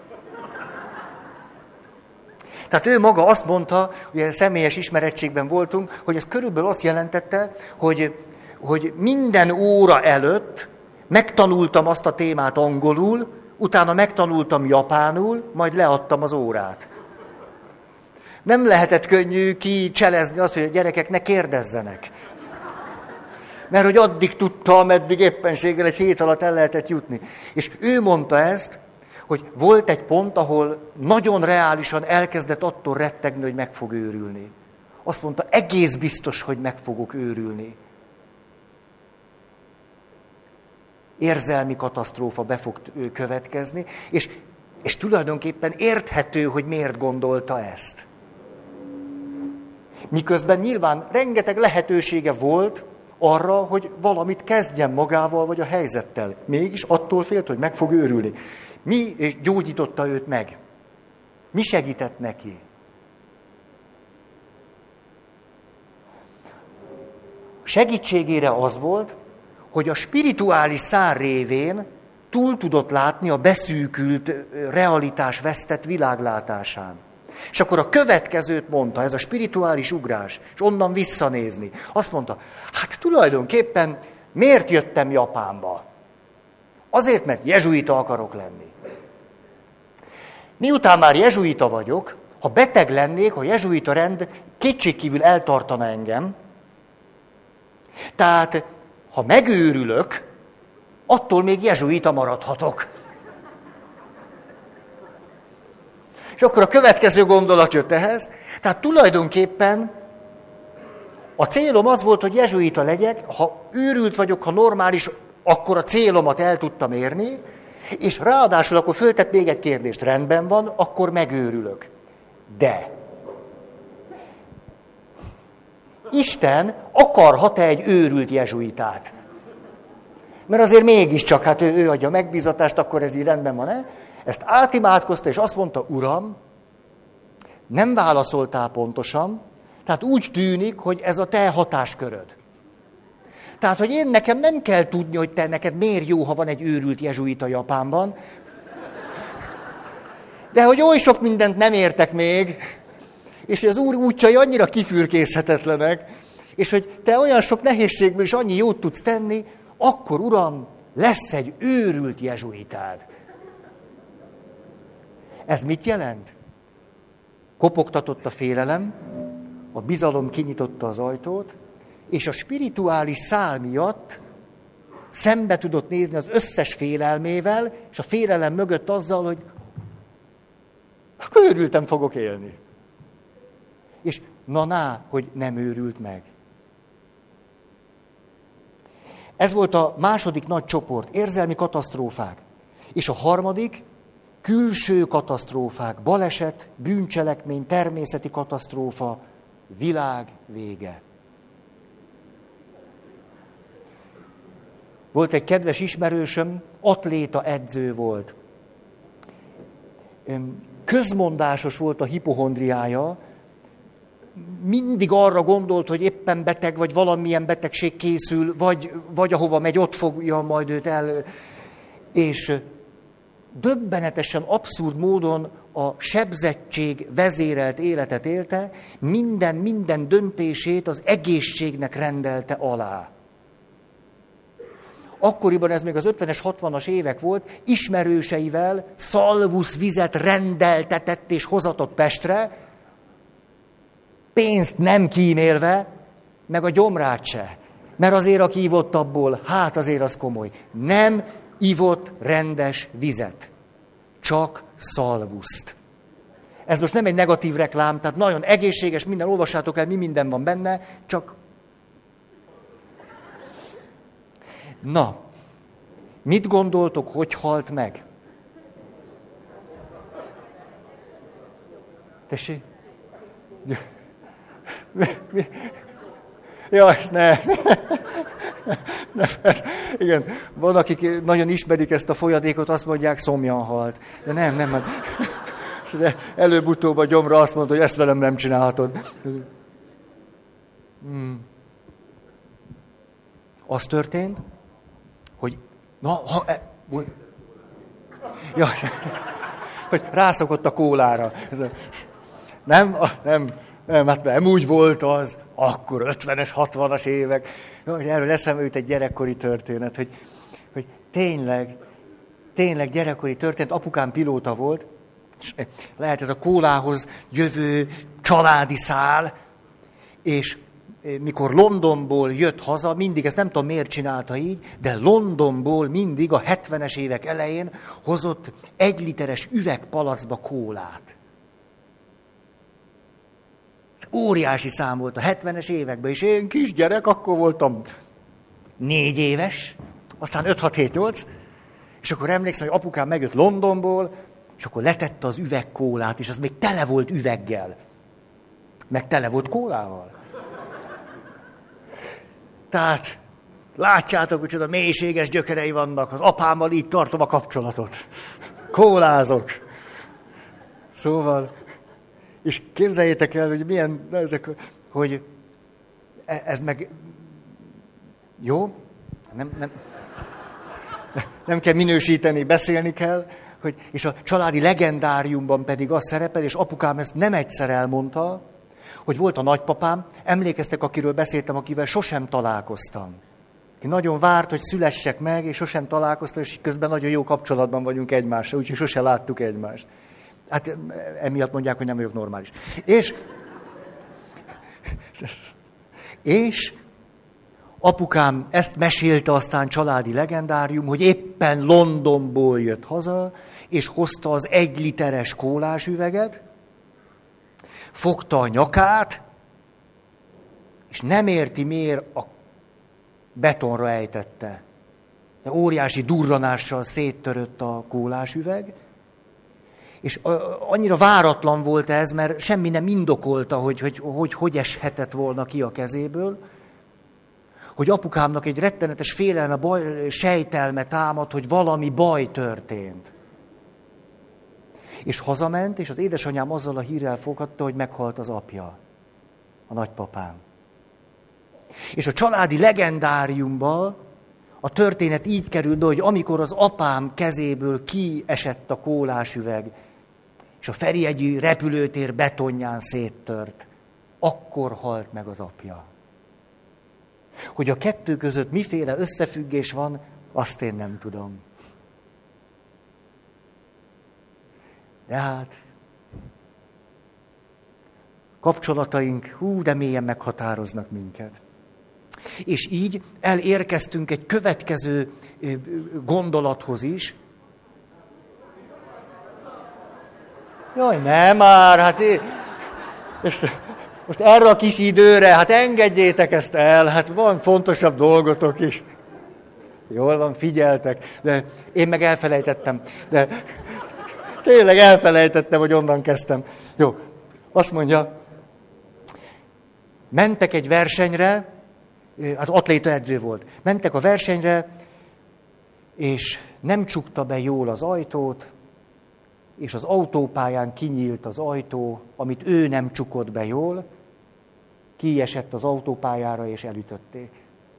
Tehát ő maga azt mondta, ugye személyes ismerettségben voltunk, hogy ez körülbelül azt jelentette, hogy, hogy minden óra előtt megtanultam azt a témát angolul, utána megtanultam japánul, majd leadtam az órát. Nem lehetett könnyű kicselezni azt, hogy a gyerekek ne kérdezzenek. Mert hogy addig tudtam, ameddig éppenséggel egy hét alatt el lehetett jutni. És ő mondta ezt, hogy volt egy pont, ahol nagyon reálisan elkezdett attól rettegni, hogy meg fog őrülni. Azt mondta, egész biztos, hogy meg fogok őrülni. Érzelmi katasztrófa be fog következni, és, és tulajdonképpen érthető, hogy miért gondolta ezt. Miközben nyilván rengeteg lehetősége volt arra, hogy valamit kezdjen magával vagy a helyzettel. Mégis attól félt, hogy meg fog őrülni. Mi gyógyította őt meg? Mi segített neki? Segítségére az volt, hogy a spirituális szár révén túl tudott látni a beszűkült, realitás vesztett világlátásán. És akkor a következőt mondta, ez a spirituális ugrás, és onnan visszanézni. Azt mondta, hát tulajdonképpen miért jöttem Japánba? Azért, mert jezsuita akarok lenni. Miután már jezsuita vagyok, ha beteg lennék, a jezsuita rend kétségkívül eltartana engem. Tehát, ha megőrülök, attól még jezsuita maradhatok. És akkor a következő gondolat jött ehhez. Tehát tulajdonképpen a célom az volt, hogy jezsuita legyek, ha őrült vagyok, ha normális, akkor a célomat el tudtam érni, és ráadásul akkor föltett még egy kérdést, rendben van, akkor megőrülök. De Isten akarhat-e egy őrült jezsuitát? Mert azért mégiscsak, hát ő, ő adja a megbízatást, akkor ez így rendben van-e? Ezt átimádkozta, és azt mondta, Uram, nem válaszoltál pontosan, tehát úgy tűnik, hogy ez a te hatásköröd. Tehát, hogy én nekem nem kell tudni, hogy te neked miért jó, ha van egy őrült jezsuita Japánban, de hogy oly sok mindent nem értek még, és hogy az Úr útjai annyira kifürkészhetetlenek, és hogy te olyan sok nehézségből is annyi jót tudsz tenni, akkor, Uram, lesz egy őrült jezsuitád. Ez mit jelent? Kopogtatott a félelem, a bizalom kinyitotta az ajtót, És a spirituális szál miatt szembe tudott nézni az összes félelmével, és a félelem mögött azzal, hogy akkor őrültem fogok élni. És na ná, hogy nem őrült meg. Ez volt a második nagy csoport, érzelmi katasztrófák. És a harmadik, külső katasztrófák, baleset, bűncselekmény, természeti katasztrófa, világ vége. Volt egy kedves ismerősöm, atléta edző volt. Közmondásos volt a hipohondriája, mindig arra gondolt, hogy éppen beteg, vagy valamilyen betegség készül, vagy, vagy ahova megy, ott fogja majd őt el. És döbbenetesen, abszurd módon a sebzettség vezérelt életet élte, minden, minden döntését az egészségnek rendelte alá. Akkoriban ez még az ötvenes, hatvanas évek volt, ismerőseivel szalvusz vizet rendeltetett és hozatott Pestre, pénzt nem kímélve, meg a gyomrát se. Mert azért, aki ivott abból, hát azért az komoly. Nem ivott rendes vizet, csak szalvuszt. Ez most nem egy negatív reklám, tehát nagyon egészséges, minden, olvassátok el, mi minden van benne, csak... Na, mit gondoltok, hogy halt meg? Tessék? Jaj, ne. ne igen, van, akik nagyon ismerik ezt a folyadékot, azt mondják, szomjan halt. De nem, nem. De előbb-utóbb a gyomra azt mondta, hogy ezt velem nem csinálhatod. Hmm. Az történt, hogy na, ha... E, ja, hogy rászokott a kólára. Nem, nem, nem, hát nem úgy volt az, akkor ötvenes, hatvanas évek. Erről eszembe jut egy gyerekkori történet, hogy, hogy tényleg, tényleg gyerekkori történet, apukám pilóta volt, és lehet ez a kólához jövő családi szál, és mikor Londonból jött haza, mindig, ezt nem tudom miért csinálta így, de Londonból mindig a hetvenes évek elején hozott egy literes üvegpalacba kólát. Óriási szám volt a hetvenes években, és én kisgyerek, akkor voltam négy éves, aztán öt, hat, hét, nyolc, és akkor emlékszem, hogy apukám megjött Londonból, és akkor letette az üvegkólát, és az még tele volt üveggel, meg tele volt kólával. Tehát látjátok, hogy csoda mélységes gyökerei vannak, az apámmal így tartom a kapcsolatot. Kólázok. Szóval, és képzeljétek el, hogy milyen, ezek, hogy ez meg, jó, nem, nem, nem kell minősíteni, beszélni kell, hogy, és a családi legendáriumban pedig az szerepel, és apukám ezt nem egyszer elmondta, hogy volt a nagypapám, emlékeztek, akiről beszéltem, akivel sosem találkoztam. Ki nagyon várt, hogy szülessek meg, és sosem találkoztam, és közben nagyon jó kapcsolatban vagyunk egymással, úgyhogy sosem láttuk egymást. Hát emiatt mondják, hogy nem vagyok normális. És, és apukám ezt mesélte aztán családi legendárium, hogy éppen Londonból jött haza, és hozta az egy literes kólás üveget, fogta a nyakát, és nem érti miért a betonra ejtette. De óriási durranással széttörött a kólás üveg, és annyira váratlan volt ez, mert semmi nem indokolta, hogy hogy, hogy hogy eshetett volna ki a kezéből, hogy apukámnak egy rettenetes félelme, baj, sejtelme támad, hogy valami baj történt. És hazament, és az édesanyám azzal a hírrel fogadta, hogy meghalt az apja, a nagypapám. És a családi legendáriumban a történet így került be, hogy amikor az apám kezéből kiesett a kólás üveg, és a Ferihegyi repülőtér betonján széttört, akkor halt meg az apja. Hogy a kettő között miféle összefüggés van, azt én nem tudom. De hát, kapcsolataink, hú, de mélyen meghatároznak minket. És így elérkeztünk egy következő gondolathoz is. Jaj, nem már, hát én... És most erre a kis időre, hát engedjétek ezt el, hát van fontosabb dolgotok is. Jól van, figyeltek, de én meg elfelejtettem. De tényleg elfelejtettem, hogy onnan kezdtem. Jó, azt mondja, mentek egy versenyre, hát atléta edző volt. Mentek a versenyre, és nem csukta be jól az ajtót, és az autópályán kinyílt az ajtó, amit ő nem csukott be jól, kiesett az autópályára, és elütötték.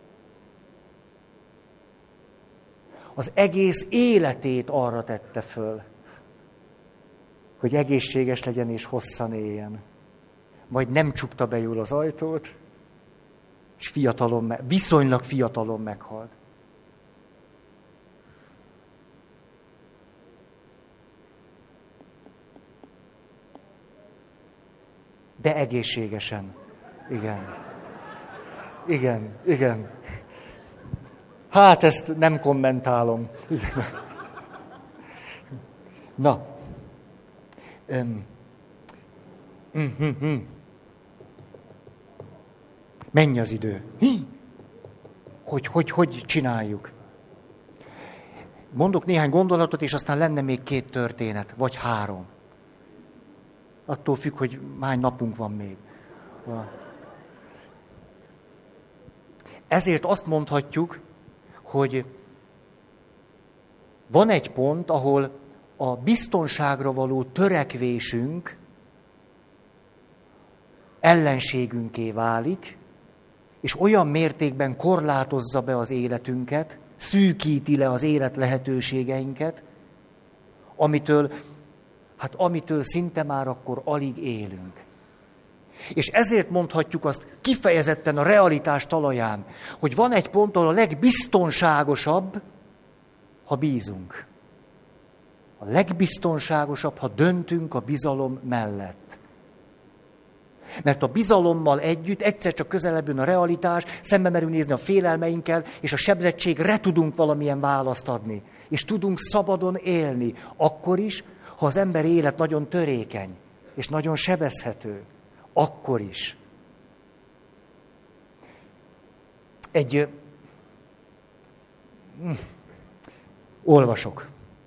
Az egész életét arra tette föl, hogy egészséges legyen és hosszan éljen. Majd nem csukta be jól az ajtót, és fiatalon, viszonylag fiatalon meghalt. De egészségesen. Igen. Igen, igen. Hát ezt nem kommentálom. Igen. Na. Um. Mm-hmm. Menj az idő. Hogy, hogy, hogy csináljuk? Mondok néhány gondolatot, és aztán lenne még két történet, vagy három. Attól függ, hogy hány napunk van még. Ezért azt mondhatjuk, hogy van egy pont, ahol a biztonságra való törekvésünk ellenségünké válik, és olyan mértékben korlátozza be az életünket, szűkíti le az élet lehetőségeinket, amitől, hát amitől szinte már akkor alig élünk. És ezért mondhatjuk azt kifejezetten a realitás talaján, hogy van egy pont, ahol a legbiztonságosabb, ha bízunk. A legbiztonságosabb, ha döntünk a bizalom mellett. Mert a bizalommal együtt egyszer csak közelebb jön a realitás, szembe merül nézni a félelmeinkkel, és a sebzettségre tudunk valamilyen választ adni. És tudunk szabadon élni, akkor is, ha az ember élet nagyon törékeny, és nagyon sebezhető. Akkor is. Egy... Hm, olvasok.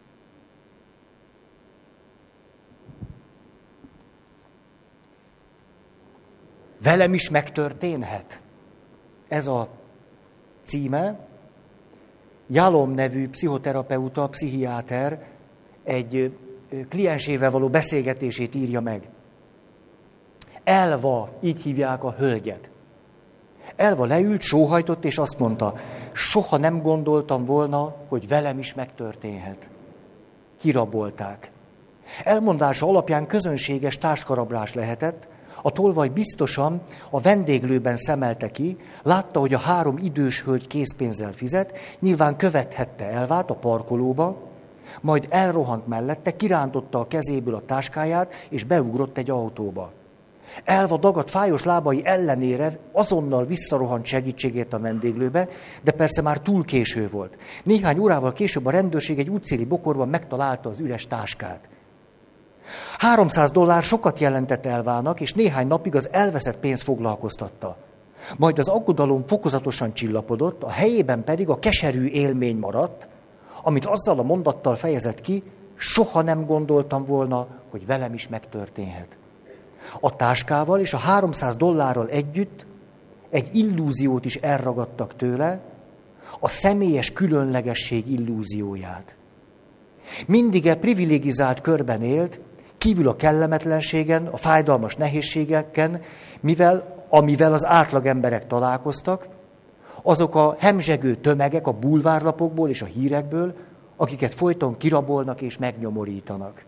Velem is megtörténhet. Ez a címe. Jalom nevű pszichoterapeuta, pszichiáter egy kliensével való beszélgetését írja meg. Elva, így hívják a hölgyet. Elva leült, sóhajtott, és azt mondta, soha nem gondoltam volna, hogy velem is megtörténhet. Kirabolták. Elmondása alapján közönséges társkarablás lehetett, a tolvaj biztosan a vendéglőben szemelte ki, látta, hogy a három idős hölgy készpénzzel fizet, nyilván követhette Elvát a parkolóba, majd elrohant mellette, kirántotta a kezéből a táskáját, és beugrott egy autóba. Elva dagadt fájos lábai ellenére azonnal visszarohant segítségért a vendéglőbe, de persze már túl késő volt. Néhány órával később a rendőrség egy útszéli bokorban megtalálta az üres táskát. háromszáz dollár sokat jelentett Elvának, és néhány napig az elveszett pénz foglalkoztatta. Majd az aggodalom fokozatosan csillapodott, a helyében pedig a keserű élmény maradt, amit azzal a mondattal fejezett ki, soha nem gondoltam volna, hogy velem is megtörténhet. A táskával és a háromszáz dollárral együtt egy illúziót is elragadtak tőle, a személyes különlegesség illúzióját. Mindig-e privilegizált körben élt, kívül a kellemetlenségen, a fájdalmas nehézségeken, mivel, amivel az átlag emberek találkoztak, azok a hemzsegő tömegek a bulvárlapokból és a hírekből, akiket folyton kirabolnak és megnyomorítanak.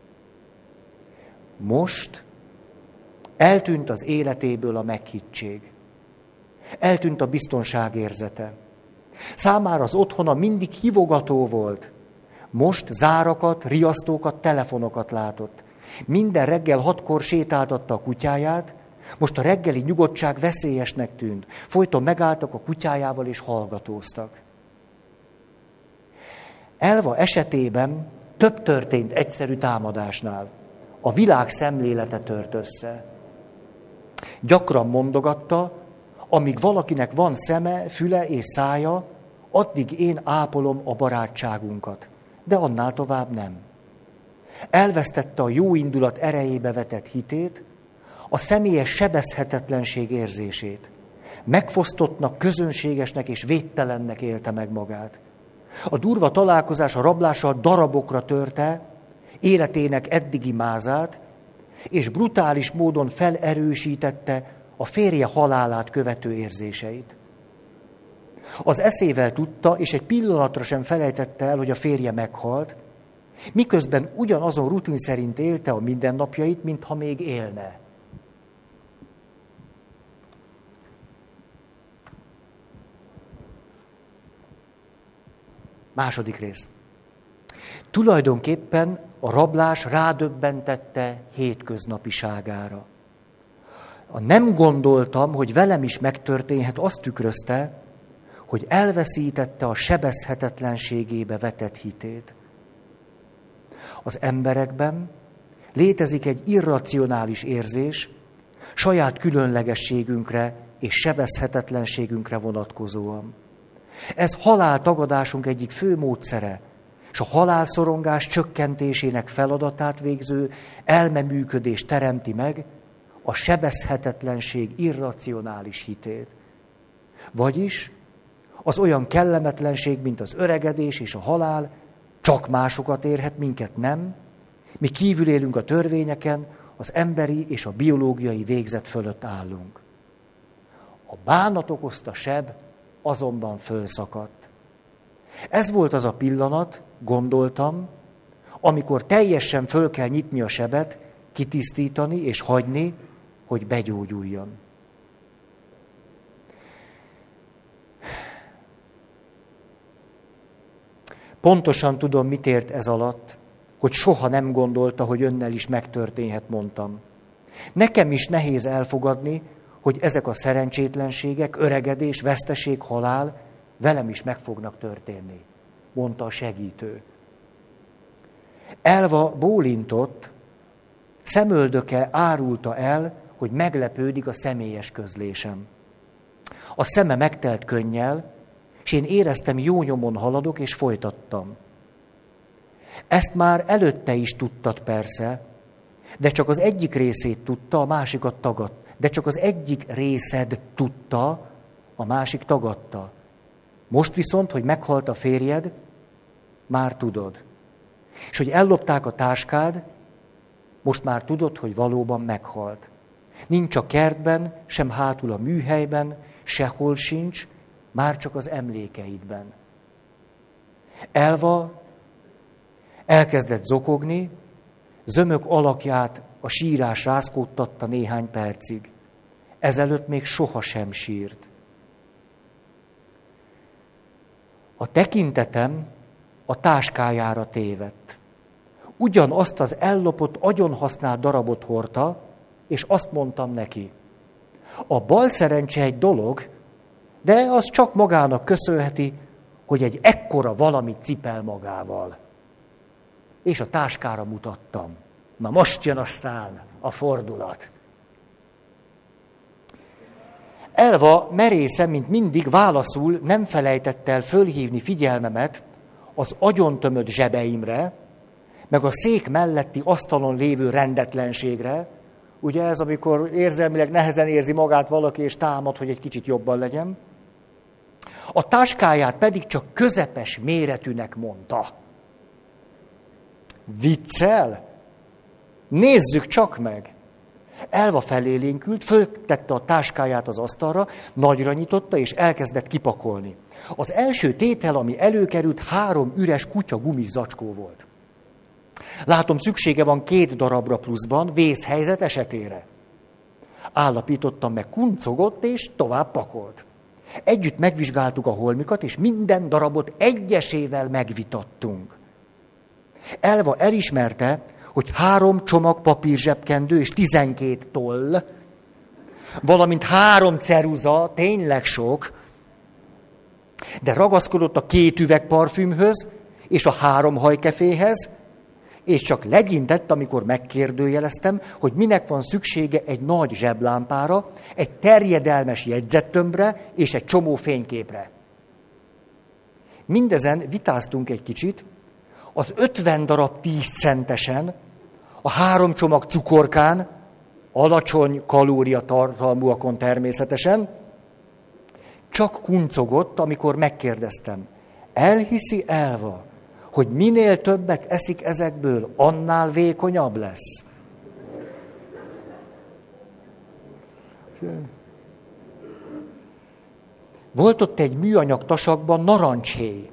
Most eltűnt az életéből a meghittség. Eltűnt a biztonságérzete. Számára az otthona mindig hívogató volt. Most zárakat, riasztókat, telefonokat látott. Minden reggel hatkor sétáltatta a kutyáját, Most a reggeli nyugodtság veszélyesnek tűnt. Folyton megálltak a kutyájával és hallgatóztak. Elva esetében több történt egyszerű támadásnál. A világ szemlélete tört össze. Gyakran mondogatta, amíg valakinek van szeme, füle és szája, addig én ápolom a barátságunkat. De annál tovább nem. Elvesztette a jó indulat erejébe vetett hitét, a személyes sebezhetetlenség érzését. Megfosztottnak, közönségesnek és védtelennek élte meg magát. A durva találkozás a rablással darabokra törte életének eddigi mázát, és brutális módon felerősítette a férje halálát követő érzéseit. Az eszével tudta, és egy pillanatra sem felejtette el, hogy a férje meghalt, miközben ugyanazon rutin szerint élte a mindennapjait, mintha még élne. Második rész. Tulajdonképpen a rablás rádöbbentette hétköznapiságára. A nem gondoltam, hogy velem is megtörténhet, azt tükrözte, hogy elveszítette a sebezhetetlenségébe vetett hitét. Az emberekben létezik egy irracionális érzés, saját különlegességünkre és sebezhetetlenségünkre vonatkozóan. Ez haláltagadásunk egyik fő módszere, és a halálszorongás csökkentésének feladatát végző elmeműködés teremti meg a sebezhetetlenség irracionális hitét. Vagyis az olyan kellemetlenség, mint az öregedés és a halál, csak másokat érhet, minket nem. Mi kívül élünk a törvényeken, az emberi és a biológiai végzet fölött állunk. A bánat okozta seb azonban fölszakadt. Ez volt az a pillanat, gondoltam, amikor teljesen föl kell nyitni a sebet, kitisztítani és hagyni, hogy begyógyuljon. Pontosan tudom, mit ért ez alatt, hogy soha nem gondolta, hogy önnel is megtörténhet, mondtam. Nekem is nehéz elfogadni, hogy ezek a szerencsétlenségek, öregedés, veszteség, halál velem is meg fognak történni, mondta a segítő. Elva bólintott, szemöldöke árulta el, hogy meglepődik a személyes közlésem. A szeme megtelt könnyel, és én éreztem, jó nyomon haladok, és folytattam. Ezt már előtte is tudtad persze, de csak az egyik részét tudta, a másikat tagadta. De csak az egyik részed tudta, a másik tagadta. Most viszont, hogy meghalt a férjed, már tudod. És hogy ellopták a táskád, most már tudod, hogy valóban meghalt. Nincs a kertben, sem hátul a műhelyben, sehol sincs, már csak az emlékeidben. Elva elkezdett zokogni, zömök alakját a sírás rázkódtatta néhány percig. Ezelőtt még sohasem sírt. A tekintetem a táskájára tévedt. Ugyanazt az ellopott, agyonhasznált darabot hordta, és azt mondtam neki. A bal szerencse egy dolog, de az csak magának köszönheti, hogy egy ekkora valamit cipel magával. És a táskára mutattam. Na most jön aztán a fordulat. Elva merészen, mint mindig válaszul nem felejtett el fölhívni figyelmemet az agyontömött zsebeimre, meg a szék melletti asztalon lévő rendetlenségre. Ugye ez, amikor érzelmileg nehezen érzi magát valaki, és támad, hogy egy kicsit jobban legyen. A táskáját pedig csak közepes méretűnek mondta. Viccel? Nézzük csak meg! Elva felélénkült, föltette a táskáját az asztalra, nagyra nyitotta, és elkezdett kipakolni. Az első tétel, ami előkerült, három üres kutya gumis zacskó volt. Látom, szüksége van két darabra pluszban, vészhelyzet esetére. Állapítottam meg, kuncogott, és tovább pakolt. Együtt megvizsgáltuk a holmikat, és minden darabot egyesével megvitattunk. Elva elismerte, hogy három csomag papírzsebkendő és tizenkét toll, valamint három ceruza, tényleg sok, de ragaszkodott a két üveg parfümhöz, és a három hajkeféhez, és csak legyintett, amikor megkérdőjeleztem, hogy minek van szüksége egy nagy zseblámpára, egy terjedelmes jegyzettömbre és egy csomó fényképre. Mindezen vitáztunk egy kicsit, az ötven darab tíz centesen, a három csomag cukorkán, alacsony kalóriatartalmúakon természetesen, csak kuncogott, amikor megkérdeztem. Elhiszi Elva, hogy minél többet eszik ezekből, annál vékonyabb lesz? Volt ott egy műanyag tasakban narancshéj.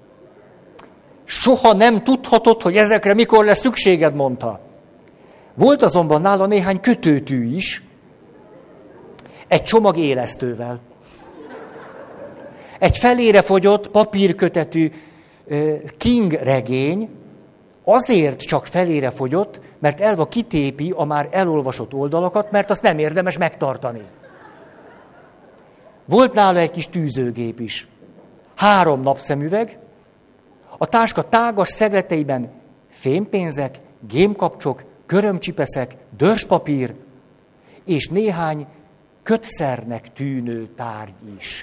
Soha nem tudhatod, hogy ezekre mikor lesz szükséged, mondta. Volt azonban nála néhány kötőtű is, egy csomag élesztővel. Egy felére fogyott papírkötetű King regény azért csak felére fogyott, mert Elva kitépi a már elolvasott oldalakat, mert azt nem érdemes megtartani. Volt nála egy kis tűzőgép is. Három napszemüveg, a táska tágas szegleteiben fémpénzek, gémkapcsok, körömcsipeszek, dörspapír és néhány kötszernek tűnő tárgy is.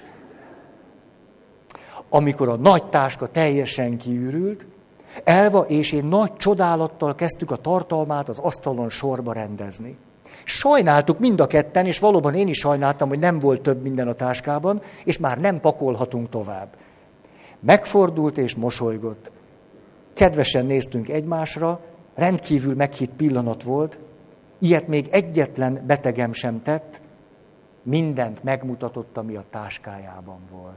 Amikor a nagy táska teljesen kiürült, Elva és én nagy csodálattal kezdtük a tartalmát az asztalon sorba rendezni. Sajnáltuk mind a ketten, és valóban én is sajnáltam, hogy nem volt több minden a táskában, és már nem pakolhatunk tovább. Megfordult és mosolygott. Kedvesen néztünk egymásra, rendkívül meghitt pillanat volt, ilyet még egyetlen betegem sem tett, mindent megmutatott, ami a táskájában volt.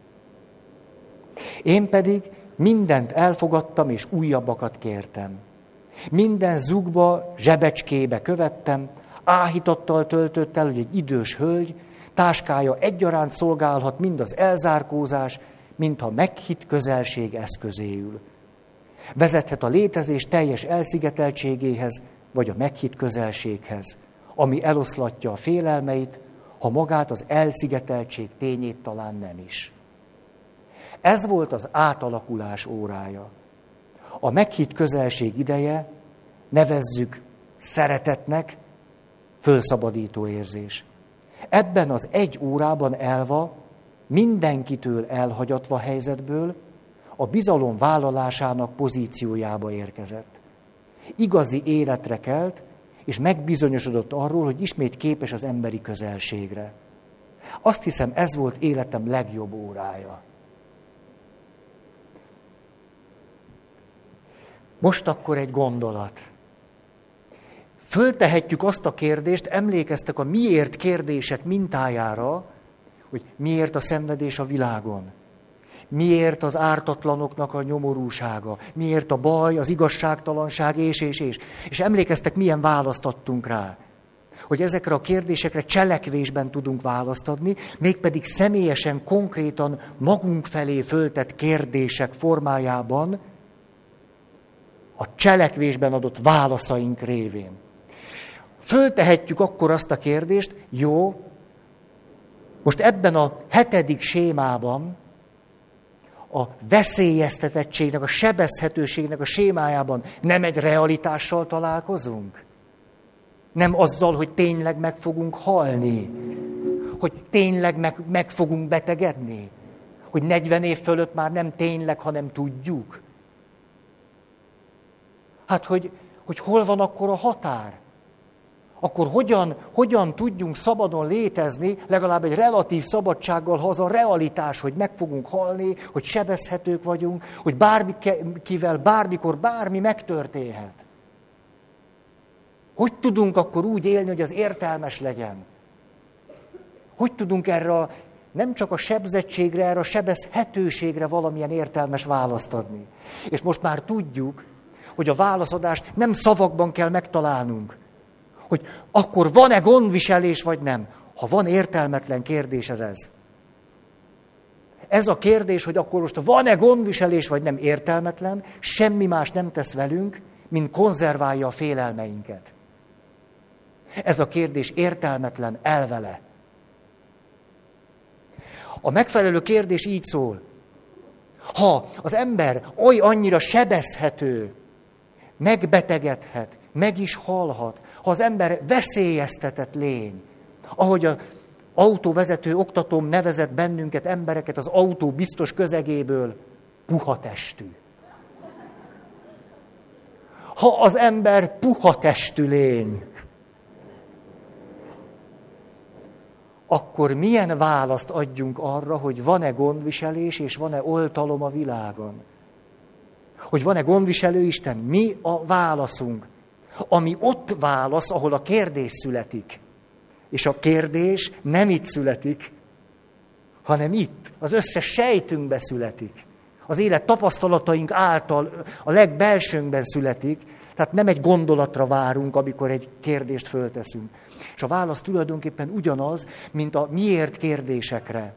Én pedig mindent elfogadtam, és újabbakat kértem. Minden zugba, zsebecskébe követtem, áhítattal töltött el, hogy egy idős hölgy táskája egyaránt szolgálhat mind az elzárkózás, mint a meghitt közelség eszközéül. Vezethet a létezés teljes elszigeteltségéhez, vagy a meghitt közelséghez, ami eloszlatja a félelmeit, ha magát az elszigeteltség tényét talán nem is. Ez volt az átalakulás órája. A meghitt közelség ideje, nevezzük szeretetnek, fölszabadító érzés. Ebben az egy órában Elva mindenkitől elhagyatva helyzetből a bizalom vállalásának pozíciójába érkezett. Igazi életre kelt, és megbizonyosodott arról, hogy ismét képes az emberi közelségre. Azt hiszem, ez volt életem legjobb órája. Most akkor egy gondolat. Föltehetjük azt a kérdést, emlékeztek a miért kérdések mintájára, hogy miért a szenvedés a világon, miért az ártatlanoknak a nyomorúsága, miért a baj, az igazságtalanság, és, és, és. És emlékeztek, milyen választ adtunk rá. Hogy ezekre a kérdésekre cselekvésben tudunk választ adni, mégpedig személyesen, konkrétan magunk felé föltett kérdések formájában, a cselekvésben adott válaszaink révén. Föltehetjük akkor azt a kérdést, jó, most ebben a hetedik sémában, a veszélyeztetettségnek, a sebezhetőségnek a sémájában nem egy realitással találkozunk? Nem azzal, hogy tényleg meg fogunk halni? Hogy tényleg meg, meg fogunk betegedni? Hogy negyven év fölött már nem tényleg, hanem tudjuk? Hát, hogy, hogy hol van akkor a határ? Akkor hogyan, hogyan tudjunk szabadon létezni, legalább egy relatív szabadsággal, ha az a realitás, hogy meg fogunk halni, hogy sebezhetők vagyunk, hogy bármikivel, bármikor, bármi megtörténhet. Hogy tudunk akkor úgy élni, hogy az értelmes legyen? Hogy tudunk erre a, nem csak a sebzettségre, erre a sebezhetőségre valamilyen értelmes választ adni? És most már tudjuk, hogy a válaszadást nem szavakban kell megtalálnunk, hogy akkor van-e gondviselés, vagy nem. Ha van értelmetlen kérdés, ez ez. Ez a kérdés, hogy akkor most van-e gondviselés, vagy nem értelmetlen, semmi más nem tesz velünk, mint konzerválja a félelmeinket. Ez a kérdés értelmetlen, elvele. A megfelelő kérdés így szól. Ha az ember oly annyira sebezhető, megbetegedhet, meg is halhat, ha az ember veszélyeztetett lény, ahogy az autóvezető oktatóm nevezett bennünket, embereket az autó biztos közegéből, puha testű. Ha az ember puha testű lény, akkor milyen választ adjunk arra, hogy van-e gondviselés, és van-e oltalom a világon? Hogy van-e gondviselő Isten? Mi a válaszunk? Ami ott válasz, ahol a kérdés születik. És a kérdés nem itt születik, hanem itt, az összes sejtünkbe születik. Az élet tapasztalataink által a legbelsőnkben születik, tehát nem egy gondolatra várunk, amikor egy kérdést fölteszünk. És a válasz tulajdonképpen ugyanaz, mint a miért kérdésekre.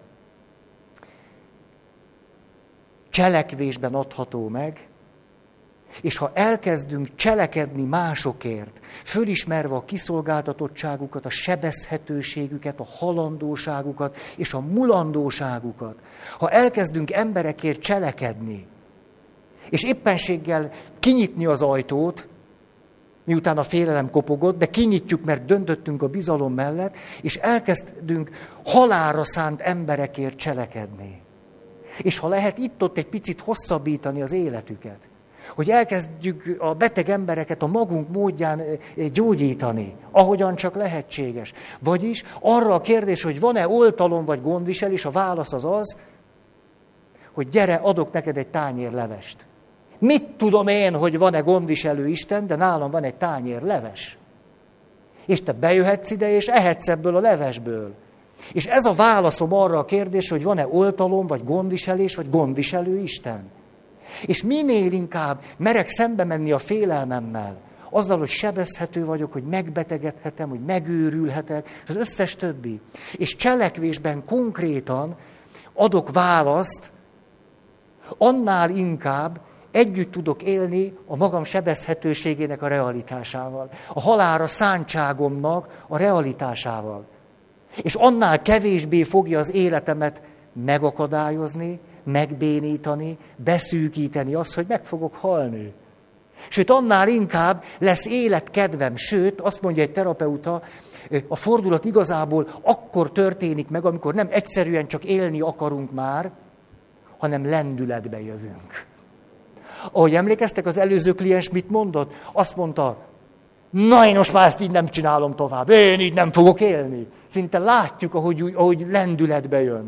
Cselekvésben adható meg, és ha elkezdünk cselekedni másokért, fölismerve a kiszolgáltatottságukat, a sebezhetőségüket, a halandóságukat és a mulandóságukat, ha elkezdünk emberekért cselekedni, és éppenséggel kinyitni az ajtót, miután a félelem kopogott, de kinyitjuk, mert döntöttünk a bizalom mellett, és elkezdünk halálra szánt emberekért cselekedni. És ha lehet, itt-ott egy picit hosszabbítani az életüket. Hogy elkezdjük a beteg embereket a magunk módján gyógyítani, ahogyan csak lehetséges. Vagyis arra a kérdés, hogy van-e oltalom vagy gondviselés, a válasz az az, hogy gyere, adok neked egy tányér levest. Mit tudom én, hogy van-e gondviselő Isten, de nálam van egy tányér leves. És te bejöhetsz ide, és ehetsz ebből a levesből. És ez a válaszom arra a kérdés, hogy van-e oltalom, vagy gondviselés, vagy gondviselő Isten. És minél inkább merek szembe menni a félelmemmel, azzal, hogy sebezhető vagyok, hogy megbetegedhetem, hogy megőrülhetek, és az összes többi. És cselekvésben konkrétan adok választ, annál inkább együtt tudok élni a magam sebezhetőségének a realitásával, a halálra szántságomnak a realitásával. És annál kevésbé fogja az életemet megakadályozni, megbénítani, beszűkíteni azt, hogy meg fogok halni. Sőt, annál inkább lesz életkedvem. Sőt, azt mondja egy terapeuta, a fordulat igazából akkor történik meg, amikor nem egyszerűen csak élni akarunk már, hanem lendületbe jövünk. Ahogy emlékeztek, az előző kliens mit mondott? Azt mondta, na én most már ezt így nem csinálom tovább, én így nem fogok élni. Szinte látjuk, ahogy, ahogy lendületbe jön.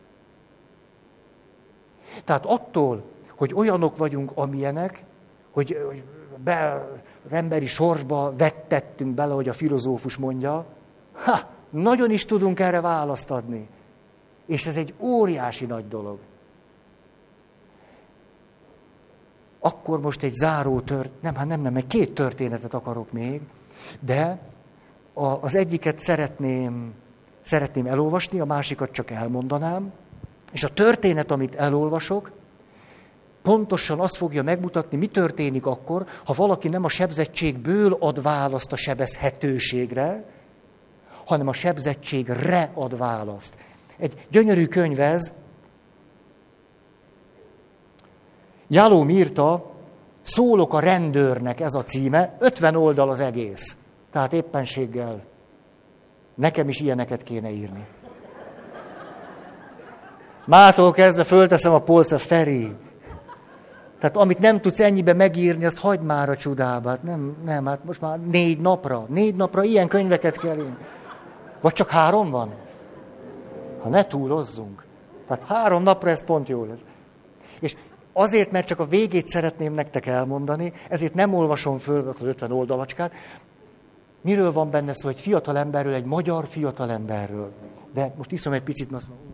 Tehát attól, hogy olyanok vagyunk, amilyenek, hogy, hogy be, az emberi sorsba vettettünk bele, hogy a filozófus mondja, ha, nagyon is tudunk erre választ adni. És ez egy óriási nagy dolog. Akkor most egy záró tört, nem, hát nem, nem, egy két történetet akarok még, de a, az egyiket szeretném, szeretném elolvasni, a másikat csak elmondanám, és a történet, amit elolvasok, pontosan azt fogja megmutatni, mi történik akkor, ha valaki nem a sebzettségből ad választ a sebezhetőségre, hanem a sebzettségre ad választ. Egy gyönyörű könyv ez, Jalóm írta, Szólok a rendőrnek, ez a címe, ötven oldal az egész. Tehát éppenséggel nekem is ilyeneket kéne írni. Mától kezdve fölteszem a polcra, Feri. Tehát amit nem tudsz ennyibe megírni, azt hagyd már a csudába. Hát nem, nem, hát most már négy napra, négy napra ilyen könyveket kell írni. Vagy csak három van? Ha ne túlozzunk. Hát három napra ez pont jó lesz. És azért, mert csak a végét szeretném nektek elmondani, ezért nem olvasom föl az ötven oldalacskát. Miről van benne szó? Egy fiatalemberről, egy magyar fiatalemberről. De most iszom egy picit, mert azt mondom.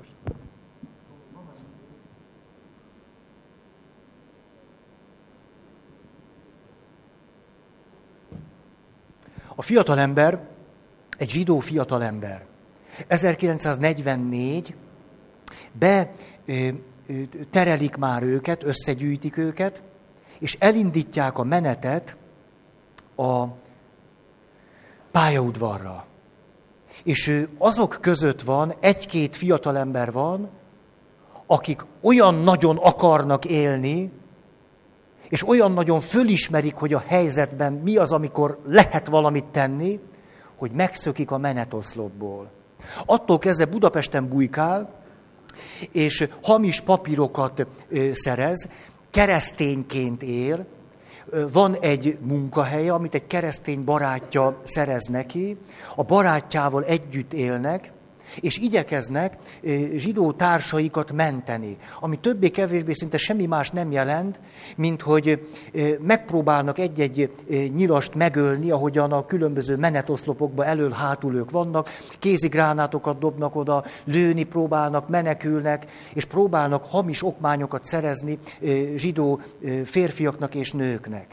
A fiatalember egy zsidó fiatalember. ezerkilencszáznegyvennégy be ö, ö, terelik már őket, összegyűjtik őket, és elindítják a menetet a pályaudvarra. És ő azok között van, egy-két fiatalember van, akik olyan nagyon akarnak élni, és olyan nagyon fölismerik, hogy a helyzetben mi az, amikor lehet valamit tenni, hogy megszökik a menetoszlopból. Attól kezdve Budapesten bujkál, és hamis papírokat szerez, keresztényként él, van egy munkahelye, amit egy keresztény barátja szerez neki, a barátjával együtt élnek, és igyekeznek zsidó társaikat menteni, ami többé-kevésbé szinte semmi más nem jelent, mint hogy megpróbálnak egy-egy nyilast megölni, ahogyan a különböző menetoszlopokban elől-hátul ők vannak, kézigránátokat dobnak oda, lőni próbálnak, menekülnek, és próbálnak hamis okmányokat szerezni zsidó férfiaknak és nőknek.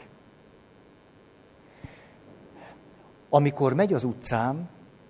Amikor megy az utcán,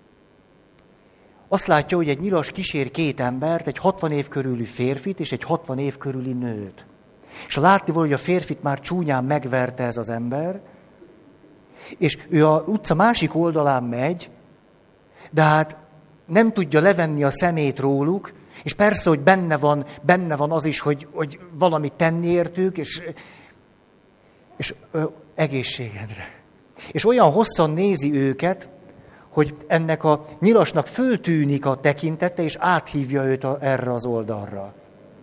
azt látja, hogy egy nyilas kísér két embert, egy hatvan év körüli férfit és egy hatvan év körüli nőt. És látni volna, hogy a férfit már csúnyán megverte ez az ember, és ő az utca másik oldalán megy, de hát nem tudja levenni a szemét róluk, és persze, hogy benne van, benne van az is, hogy, hogy valamit tenni értük, és, és ö, egészségedre. És olyan hosszan nézi őket, hogy ennek a nyilasnak föltűnik a tekintete, és áthívja őt a, erre az oldalra.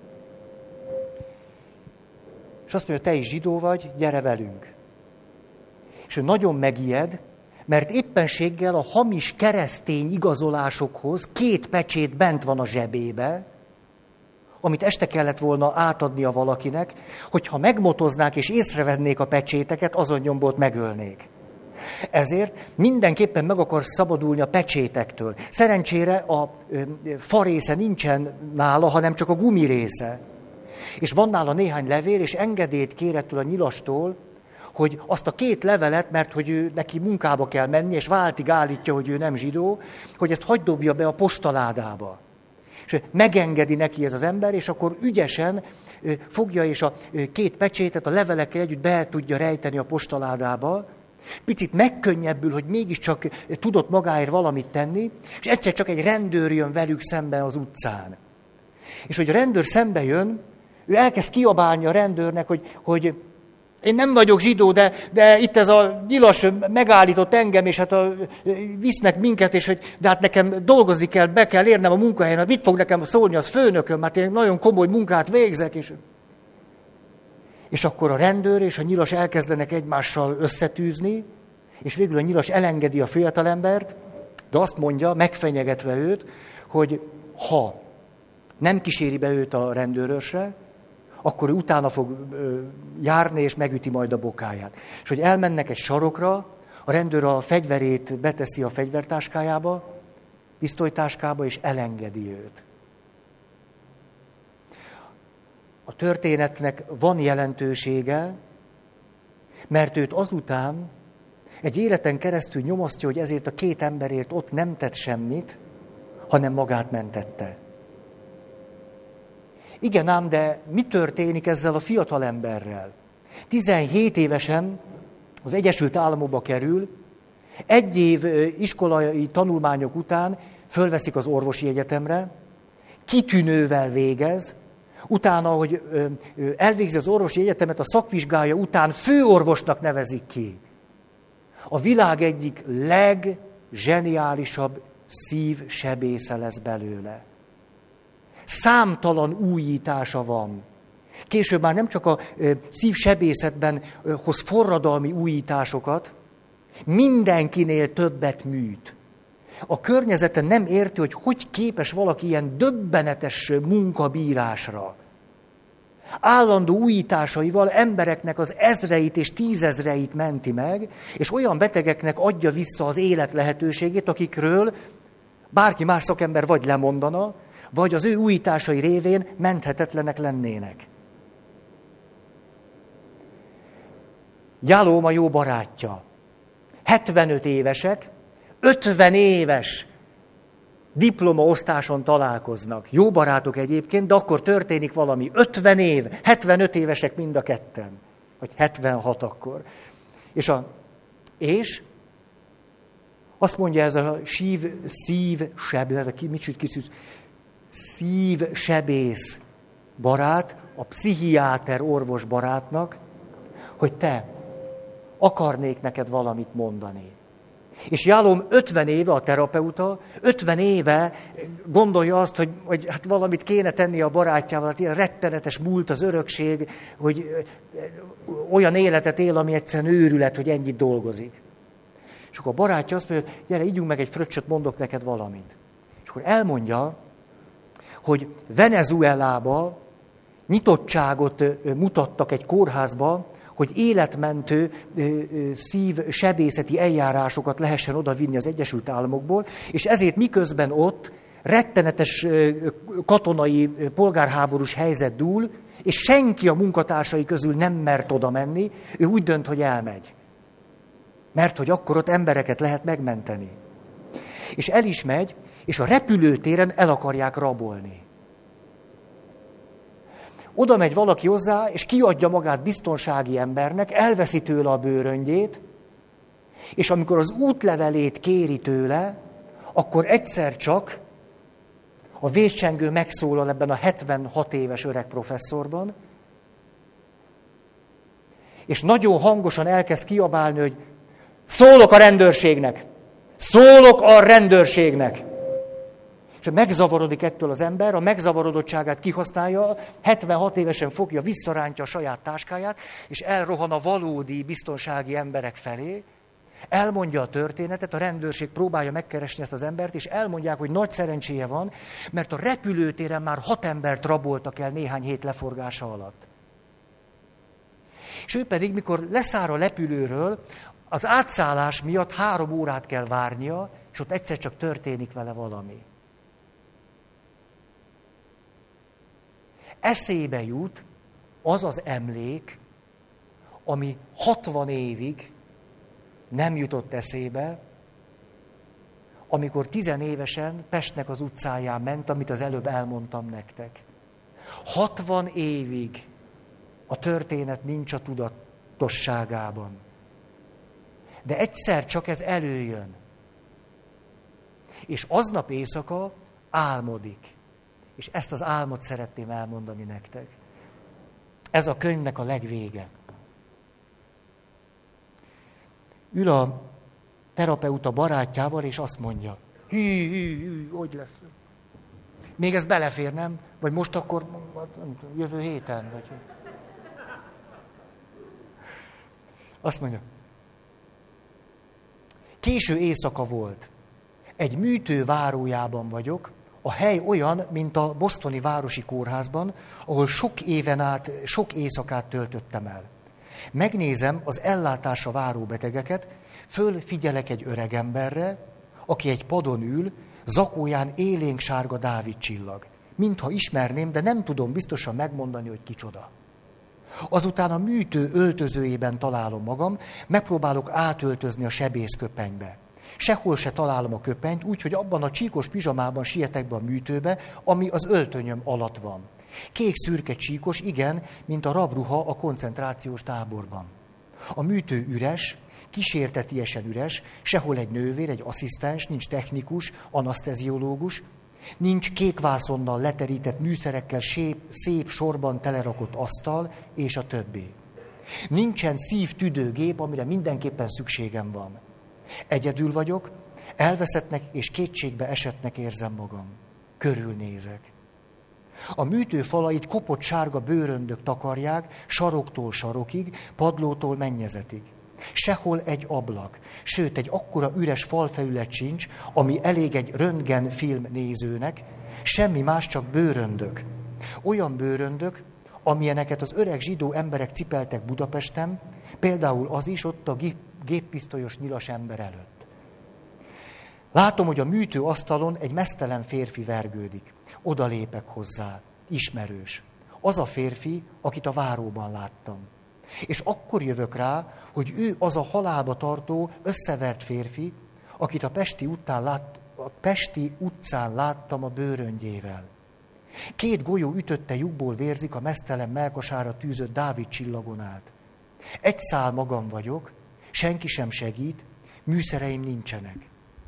És azt mondja, te is zsidó vagy, gyere velünk. És ő nagyon megijed, mert éppenséggel a hamis keresztény igazolásokhoz két pecsét bent van a zsebébe, amit este kellett volna átadnia valakinek, hogyha megmotoznák és észrevennék a pecséteket, azon nyomból megölnék. Ezért mindenképpen meg akar szabadulni a pecsétektől. Szerencsére a fa része nincsen nála, hanem csak a gumi része. És van nála néhány levél, és engedélyt kér ettől a nyilastól, hogy azt a két levelet, mert hogy ő neki munkába kell menni, és váltig állítja, hogy ő nem zsidó, hogy ezt hagyd dobja be a postaládába. És megengedi neki ez az ember, és akkor ügyesen fogja, és a két pecsétet a levelekkel együtt be tudja rejteni a postaládába. Picit megkönnyebbül, hogy mégiscsak tudott magáért valamit tenni, és egyszer csak egy rendőr jön velük szemben az utcán. És hogy a rendőr szembe jön, ő elkezd kiabálni a rendőrnek, hogy, hogy én nem vagyok zsidó, de, de itt ez a nyilas megállított engem, és hát a, visznek minket, és hogy de hát nekem dolgozni kell, be kell érnem a munkahelyen, hát mit fog nekem szólni az főnököm, hát én nagyon komoly munkát végzek, és... És akkor a rendőr és a nyilas elkezdenek egymással összetűzni, és végül a nyilas elengedi a fiatalembert, de azt mondja, megfenyegetve őt, hogy ha nem kíséri be őt a rendőrösre, akkor ő utána fog járni, és megüti majd a bokáját. És hogy elmennek egy sarokra, a rendőr a fegyverét beteszi a fegyvertáskájába, pisztolytáskába, és elengedi őt. A történetnek van jelentősége, mert őt azután egy életen keresztül nyomasztja, hogy ezért a két emberért ott nem tett semmit, hanem magát mentette. Igen ám, de mi történik ezzel a fiatal emberrel? tizenhét évesen az Egyesült Államokba kerül, egy év iskolai tanulmányok után fölveszik az orvosi egyetemre, kitűnővel végez, utána, hogy elvégzi az orvosi egyetemet, a szakvizsgája után főorvosnak nevezik ki. A világ egyik leggeniálisabb szívsebésze lesz belőle. Számtalan újítása van. Később már nem csak a szívsebészetben hoz forradalmi újításokat, mindenkinél többet műt. A környezete nem érti, hogy hogy képes valaki ilyen döbbenetes munkabírásra. Állandó újításaival embereknek az ezreit és tízezreit menti meg, és olyan betegeknek adja vissza az élet lehetőségét, akikről bárki más szakember vagy lemondana, vagy az ő újításai révén menthetetlenek lennének. Jálóm a jó barátja. hetvenöt évesek, ötven éves diplomaosztáson találkoznak. Jó barátok egyébként, de akkor történik valami. ötven év, hetvenöt évesek mind a ketten. Vagy hetvenhat akkor. És, a, és Azt mondja ez a sív, szív, seb, ez a ki, mit kiszűz, szív, sebész barát, a pszichiáter orvos barátnak, hogy te, akarnék neked valamit mondani. És Jálom ötven éve a terapeuta, ötven éve gondolja azt, hogy, hogy hát valamit kéne tenni a barátjával, hát ilyen rettenetes múlt az örökség, hogy olyan életet él, ami egyszerűen őrület, hogy ennyit dolgozik. És akkor a barátja azt mondja, hogy gyere, ígyunk meg egy fröccsöt, mondok neked valamit. És akkor elmondja, hogy Venezuelába nyitottságot mutattak egy kórházba, hogy életmentő szívsebészeti eljárásokat lehessen odavinni az Egyesült Államokból, és ezért miközben ott rettenetes katonai polgárháborús helyzet dúl, és senki a munkatársai közül nem mert oda menni, ő úgy dönt, hogy elmegy. Mert hogy akkor ott embereket lehet megmenteni. És el is megy, és a repülőtéren el akarják rabolni. Oda megy valaki hozzá, és kiadja magát biztonsági embernek, elveszi tőle a bőröngyét, és amikor az útlevelét kéri tőle, akkor egyszer csak a vészcsengő megszólal ebben a hetvenhat éves öreg professzorban, és nagyon hangosan elkezd kiabálni, hogy szólok a rendőrségnek! Szólok a rendőrségnek! És megzavarodik ettől az ember, a megzavarodottságát kihasználja, hetvenhat évesen fogja, visszarántja a saját táskáját, és elrohan a valódi biztonsági emberek felé, elmondja a történetet, a rendőrség próbálja megkeresni ezt az embert, és elmondják, hogy nagy szerencséje van, mert a repülőtéren már hat embert raboltak el néhány hét leforgása alatt. És ő pedig, mikor leszáll a repülőről, az átszállás miatt három órát kell várnia, és ott egyszer csak történik vele valami. Eszébe jut az az emlék, ami hatvan évig nem jutott eszébe, amikor tizenévesen Pestnek az utcáján ment, amit az előbb elmondtam nektek. hatvan évig a történet nincs a tudatosságában. De egyszer csak ez előjön. És aznap éjszaka álmodik. És ezt az álmot szeretném elmondani nektek. Ez a könyvnek a legvége. Ül a terapeuta barátjával, és azt mondja, hű, hű, hű, hogy lesz? Még ez belefér, nem? Vagy most akkor, jövő héten? Vagy... Azt mondja, késő éjszaka volt. Egy műtő várójában vagyok, a hely olyan, mint a bostoni városi kórházban, ahol sok éven át, sok éjszakát töltöttem el. Megnézem az ellátásra váró betegeket, fölfigyelek egy öregemberre, aki egy padon ül, zakóján élénk sárga Dávid csillag. Mintha ismerném, de nem tudom biztosan megmondani, hogy kicsoda. Azután a műtő öltözőjében találom magam, megpróbálok átöltözni a sebészköpenybe. Sehol se találom a köpenyt, úgyhogy abban a csíkos pizsamában sietek be a műtőbe, ami az öltönyöm alatt van. Kék-szürke csíkos, igen, mint a rabruha a koncentrációs táborban. A műtő üres, kísértetiesen üres, sehol egy nővér, egy asszisztens, nincs technikus, anaszteziológus, nincs kékvászonnal leterített műszerekkel szép, szép sorban telerakott asztal, és a többi. Nincsen szívtüdőgép, amire mindenképpen szükségem van. Egyedül vagyok, elveszettnek és kétségbe esettnek érzem magam. Körülnézek. A műtő falait kopott sárga bőröndök takarják, saroktól sarokig, padlótól mennyezetig. Sehol egy ablak, sőt egy akkora üres falfelület sincs, ami elég egy röntgenfilm nézőnek, semmi más, csak bőröndök. Olyan bőröndök, amilyeneket az öreg zsidó emberek cipeltek Budapesten, például az is ott a géppisztolyos nyilas ember előtt. Látom, hogy a műtőasztalon egy meztelen férfi vergődik. Oda lépek hozzá. Ismerős. Az a férfi, akit a váróban láttam. És akkor jövök rá, hogy ő az a halálba tartó, összevert férfi, akit a Pesti utcán, lát, a Pesti utcán láttam a bőröngyével. Két golyó ütötte lyukból vérzik a meztelen mellkasára tűzött Dávid csillagon át. Egy szál magam vagyok, senki sem segít, műszereim nincsenek.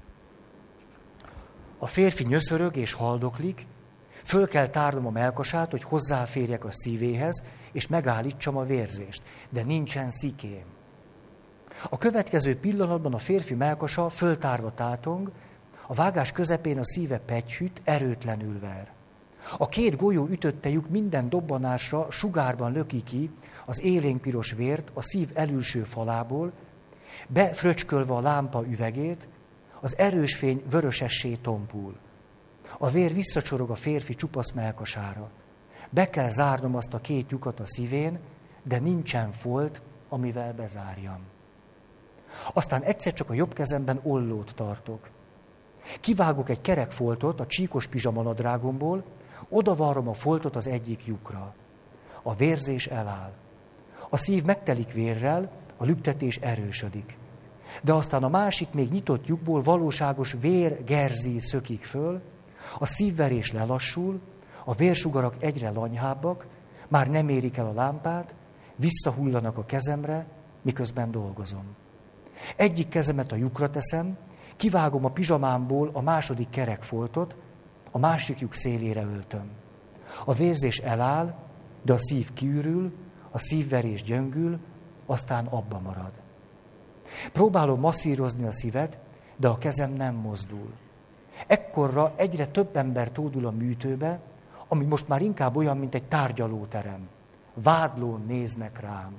A férfi nyöszörög és haldoklik, föl kell tárnom a mellkasát, hogy hozzáférjek a szívéhez, és megállítsam a vérzést. De nincsen szikém. A következő pillanatban a férfi mellkasa föltárva tátong, a vágás közepén a szíve pegyhűt, erőtlenül ver. A két golyó ütöttejük minden dobbanásra sugárban löki ki az élénkpiros vért a szív elülső falából, befröcskölve a lámpa üvegét, az erős fény vörösessé tompul. A vér visszacsorog a férfi csupasz mellkasára. Be kell zárnom azt a két lyukat a szívén, de nincsen folt, amivel bezárjam. Aztán egyszer csak a jobb kezemben ollót tartok. Kivágok egy kerek foltot a csíkos pizsamanadrágomból, odavarrom a foltot az egyik lyukra. A vérzés eláll. A szív megtelik vérrel, a lüktetés erősödik. De aztán a másik még nyitott lyukból valóságos vérgerzí szökik föl, a szívverés lelassul, a vérsugarak egyre lanyhábbak, már nem érik el a lámpát, visszahullanak a kezemre, miközben dolgozom. Egyik kezemet a lyukra teszem, kivágom a pizsamámból a második kerekfoltot, a másik lyuk szélére öltöm. A vérzés eláll, de a szív kiürül, a szívverés gyöngül, aztán abba marad. Próbálom masszírozni a szívet, de a kezem nem mozdul. Ekkorra egyre több ember tódul a műtőbe, ami most már inkább olyan, mint egy tárgyalóterem. Vádlón néznek rám.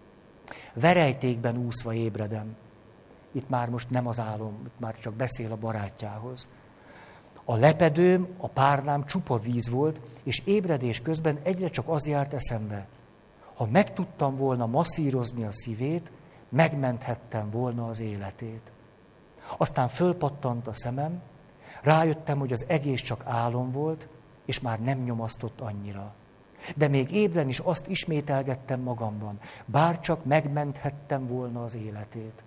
Verejtékben úszva ébredem. Itt már most nem az álom, itt már csak beszél a barátjához. A lepedőm, a párnám csupa víz volt, és ébredés közben egyre csak az járt eszembe. Ha meg tudtam volna masszírozni a szívét, megmenthettem volna az életét. Aztán fölpattant a szemem, rájöttem, hogy az egész csak álom volt, és már nem nyomasztott annyira. De még ébren is azt ismételgettem magamban, bárcsak megmenthettem volna az életét.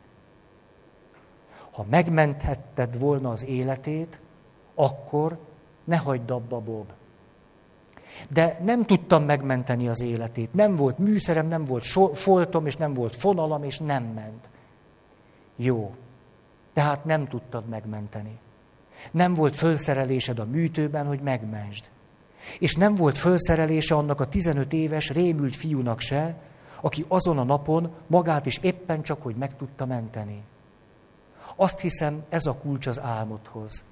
Ha megmenthetted volna az életét, akkor ne hagyd abba, Bob. De nem tudtam megmenteni az életét. Nem volt műszerem, nem volt so- foltom, és nem volt fonalam, és nem ment. Jó, tehát nem tudtad megmenteni. Nem volt fölszerelésed a műtőben, hogy megmentsd. És nem volt fölszerelése annak a tizenöt éves rémült fiúnak se, aki azon a napon magát is éppen csak, hogy meg tudta menteni. Azt hiszem, ez a kulcs az álmodhoz.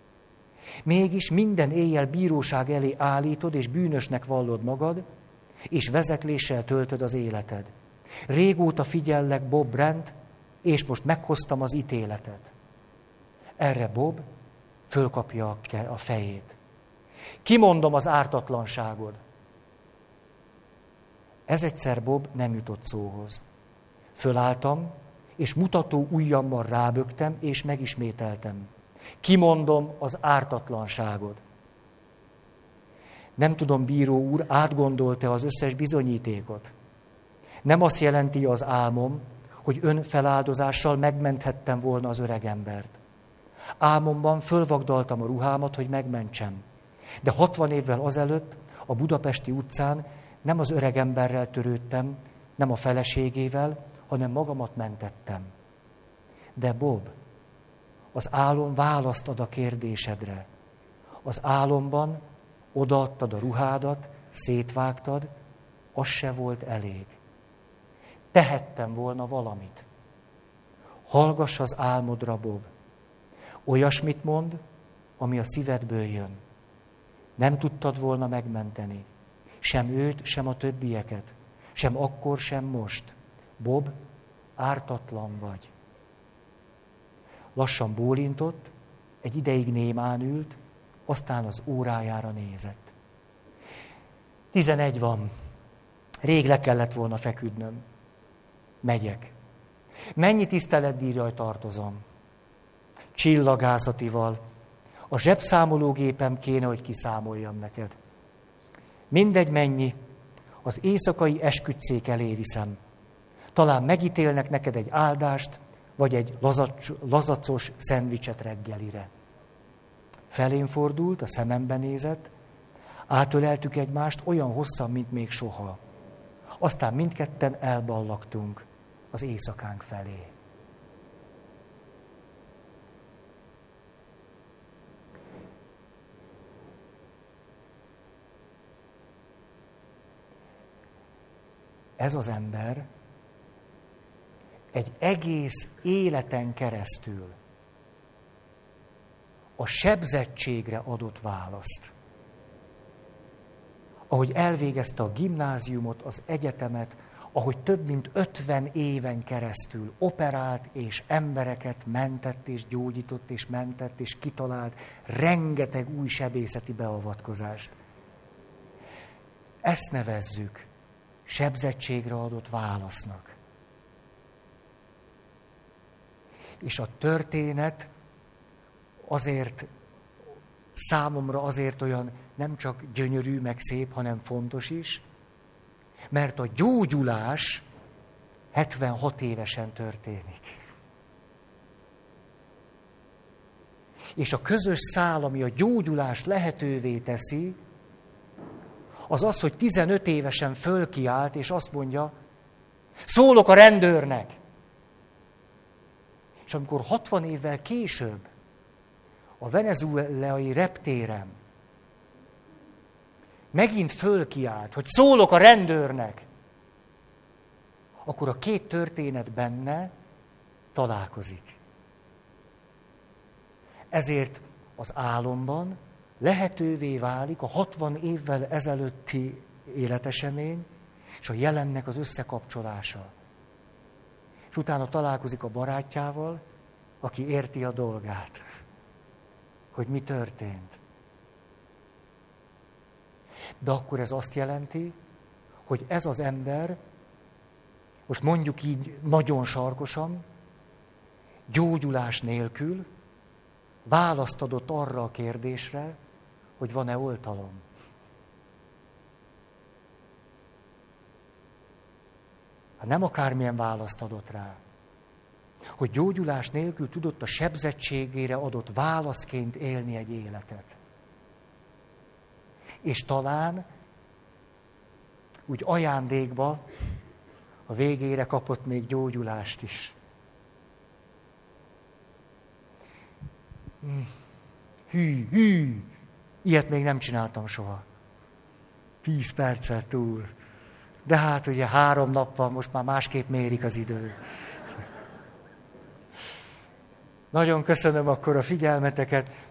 Mégis minden éjjel bíróság elé állítod, és bűnösnek vallod magad, és vezekléssel töltöd az életed. Régóta figyellek, Bob Brent, és most meghoztam az ítéletet. Erre Bob fölkapja a fejét. Kimondom az ártatlanságod. Ez egyszer Bob nem jutott szóhoz. Fölálltam, és mutató ujjammal rábögtem, és megismételtem. Kimondom az ártatlanságod. Nem tudom, bíró úr, átgondolta az összes bizonyítékot. Nem azt jelenti az álmom, hogy önfeláldozással megmenthettem volna az öregembert. Álmomban fölvagdaltam a ruhámat, hogy megmentsem. De hatvan évvel azelőtt a budapesti utcán nem az öregemberrel törődtem, nem a feleségével, hanem magamat mentettem. De Bob, az álom választ ad a kérdésedre. Az álomban odaadtad a ruhádat, szétvágtad, az se volt elég. Tehettem volna valamit. Hallgass az álmodra, Bob. Olyasmit mond, ami a szívedből jön. Nem tudtad volna megmenteni. Sem őt, sem a többieket. Sem akkor, sem most. Bob, ártatlan vagy. Lassan bólintott, egy ideig némán ült, aztán az órájára nézett. Tizenegy van. Rég le kellett volna feküdnöm. Megyek. Mennyi tiszteletdíjjal tartozom? Csillagászatival. A zsebszámológépem kéne, hogy kiszámoljam neked. Mindegy mennyi, az éjszakai esküdtszék elé viszem. Talán megítélnek neked egy áldást, vagy egy lazac, lazacos szendvicset reggelire. Felén fordult, a szemembe nézett, átöleltük egymást olyan hosszan, mint még soha. Aztán mindketten elballagtunk az éjszakánk felé. ez az ember egy egész életen keresztül a sebzettségre adott választ. Ahogy elvégezte a gimnáziumot, az egyetemet, ahogy több mint ötven éven keresztül operált, és embereket mentett, és gyógyított, és mentett, és kitalált rengeteg új sebészeti beavatkozást. Ezt nevezzük sebzettségre adott válasznak. És a történet azért számomra azért olyan nem csak gyönyörű, meg szép, hanem fontos is, mert a gyógyulás hetvenhat évesen történik. És a közös szál, ami a gyógyulást lehetővé teszi, az az, hogy tizenöt évesen fölkiált, és azt mondja, szólok a rendőrnek. És amikor hatvan évvel később a venezuelai reptéren megint fölkiált, hogy szólok a rendőrnek, akkor a két történet benne találkozik. Ezért az álomban lehetővé válik a hatvan évvel ezelőtti életesemény és a jelennek az összekapcsolása. És utána találkozik a barátjával, aki érti a dolgát, hogy mi történt. De akkor ez azt jelenti, hogy ez az ember, most mondjuk így nagyon sarkosan, gyógyulás nélkül választ adott arra a kérdésre, hogy van-e oltalom. Hát nem akármilyen választ adott rá. Hogy gyógyulás nélkül tudott a sebzettségére adott válaszként élni egy életet. És talán úgy ajándékba a végére kapott még gyógyulást is. Hű, hű, ilyet még nem csináltam soha. Tíz percet túl. De hát ugye három nap van, most már másképp mérik az idő. Nagyon köszönöm akkor a figyelmeteket.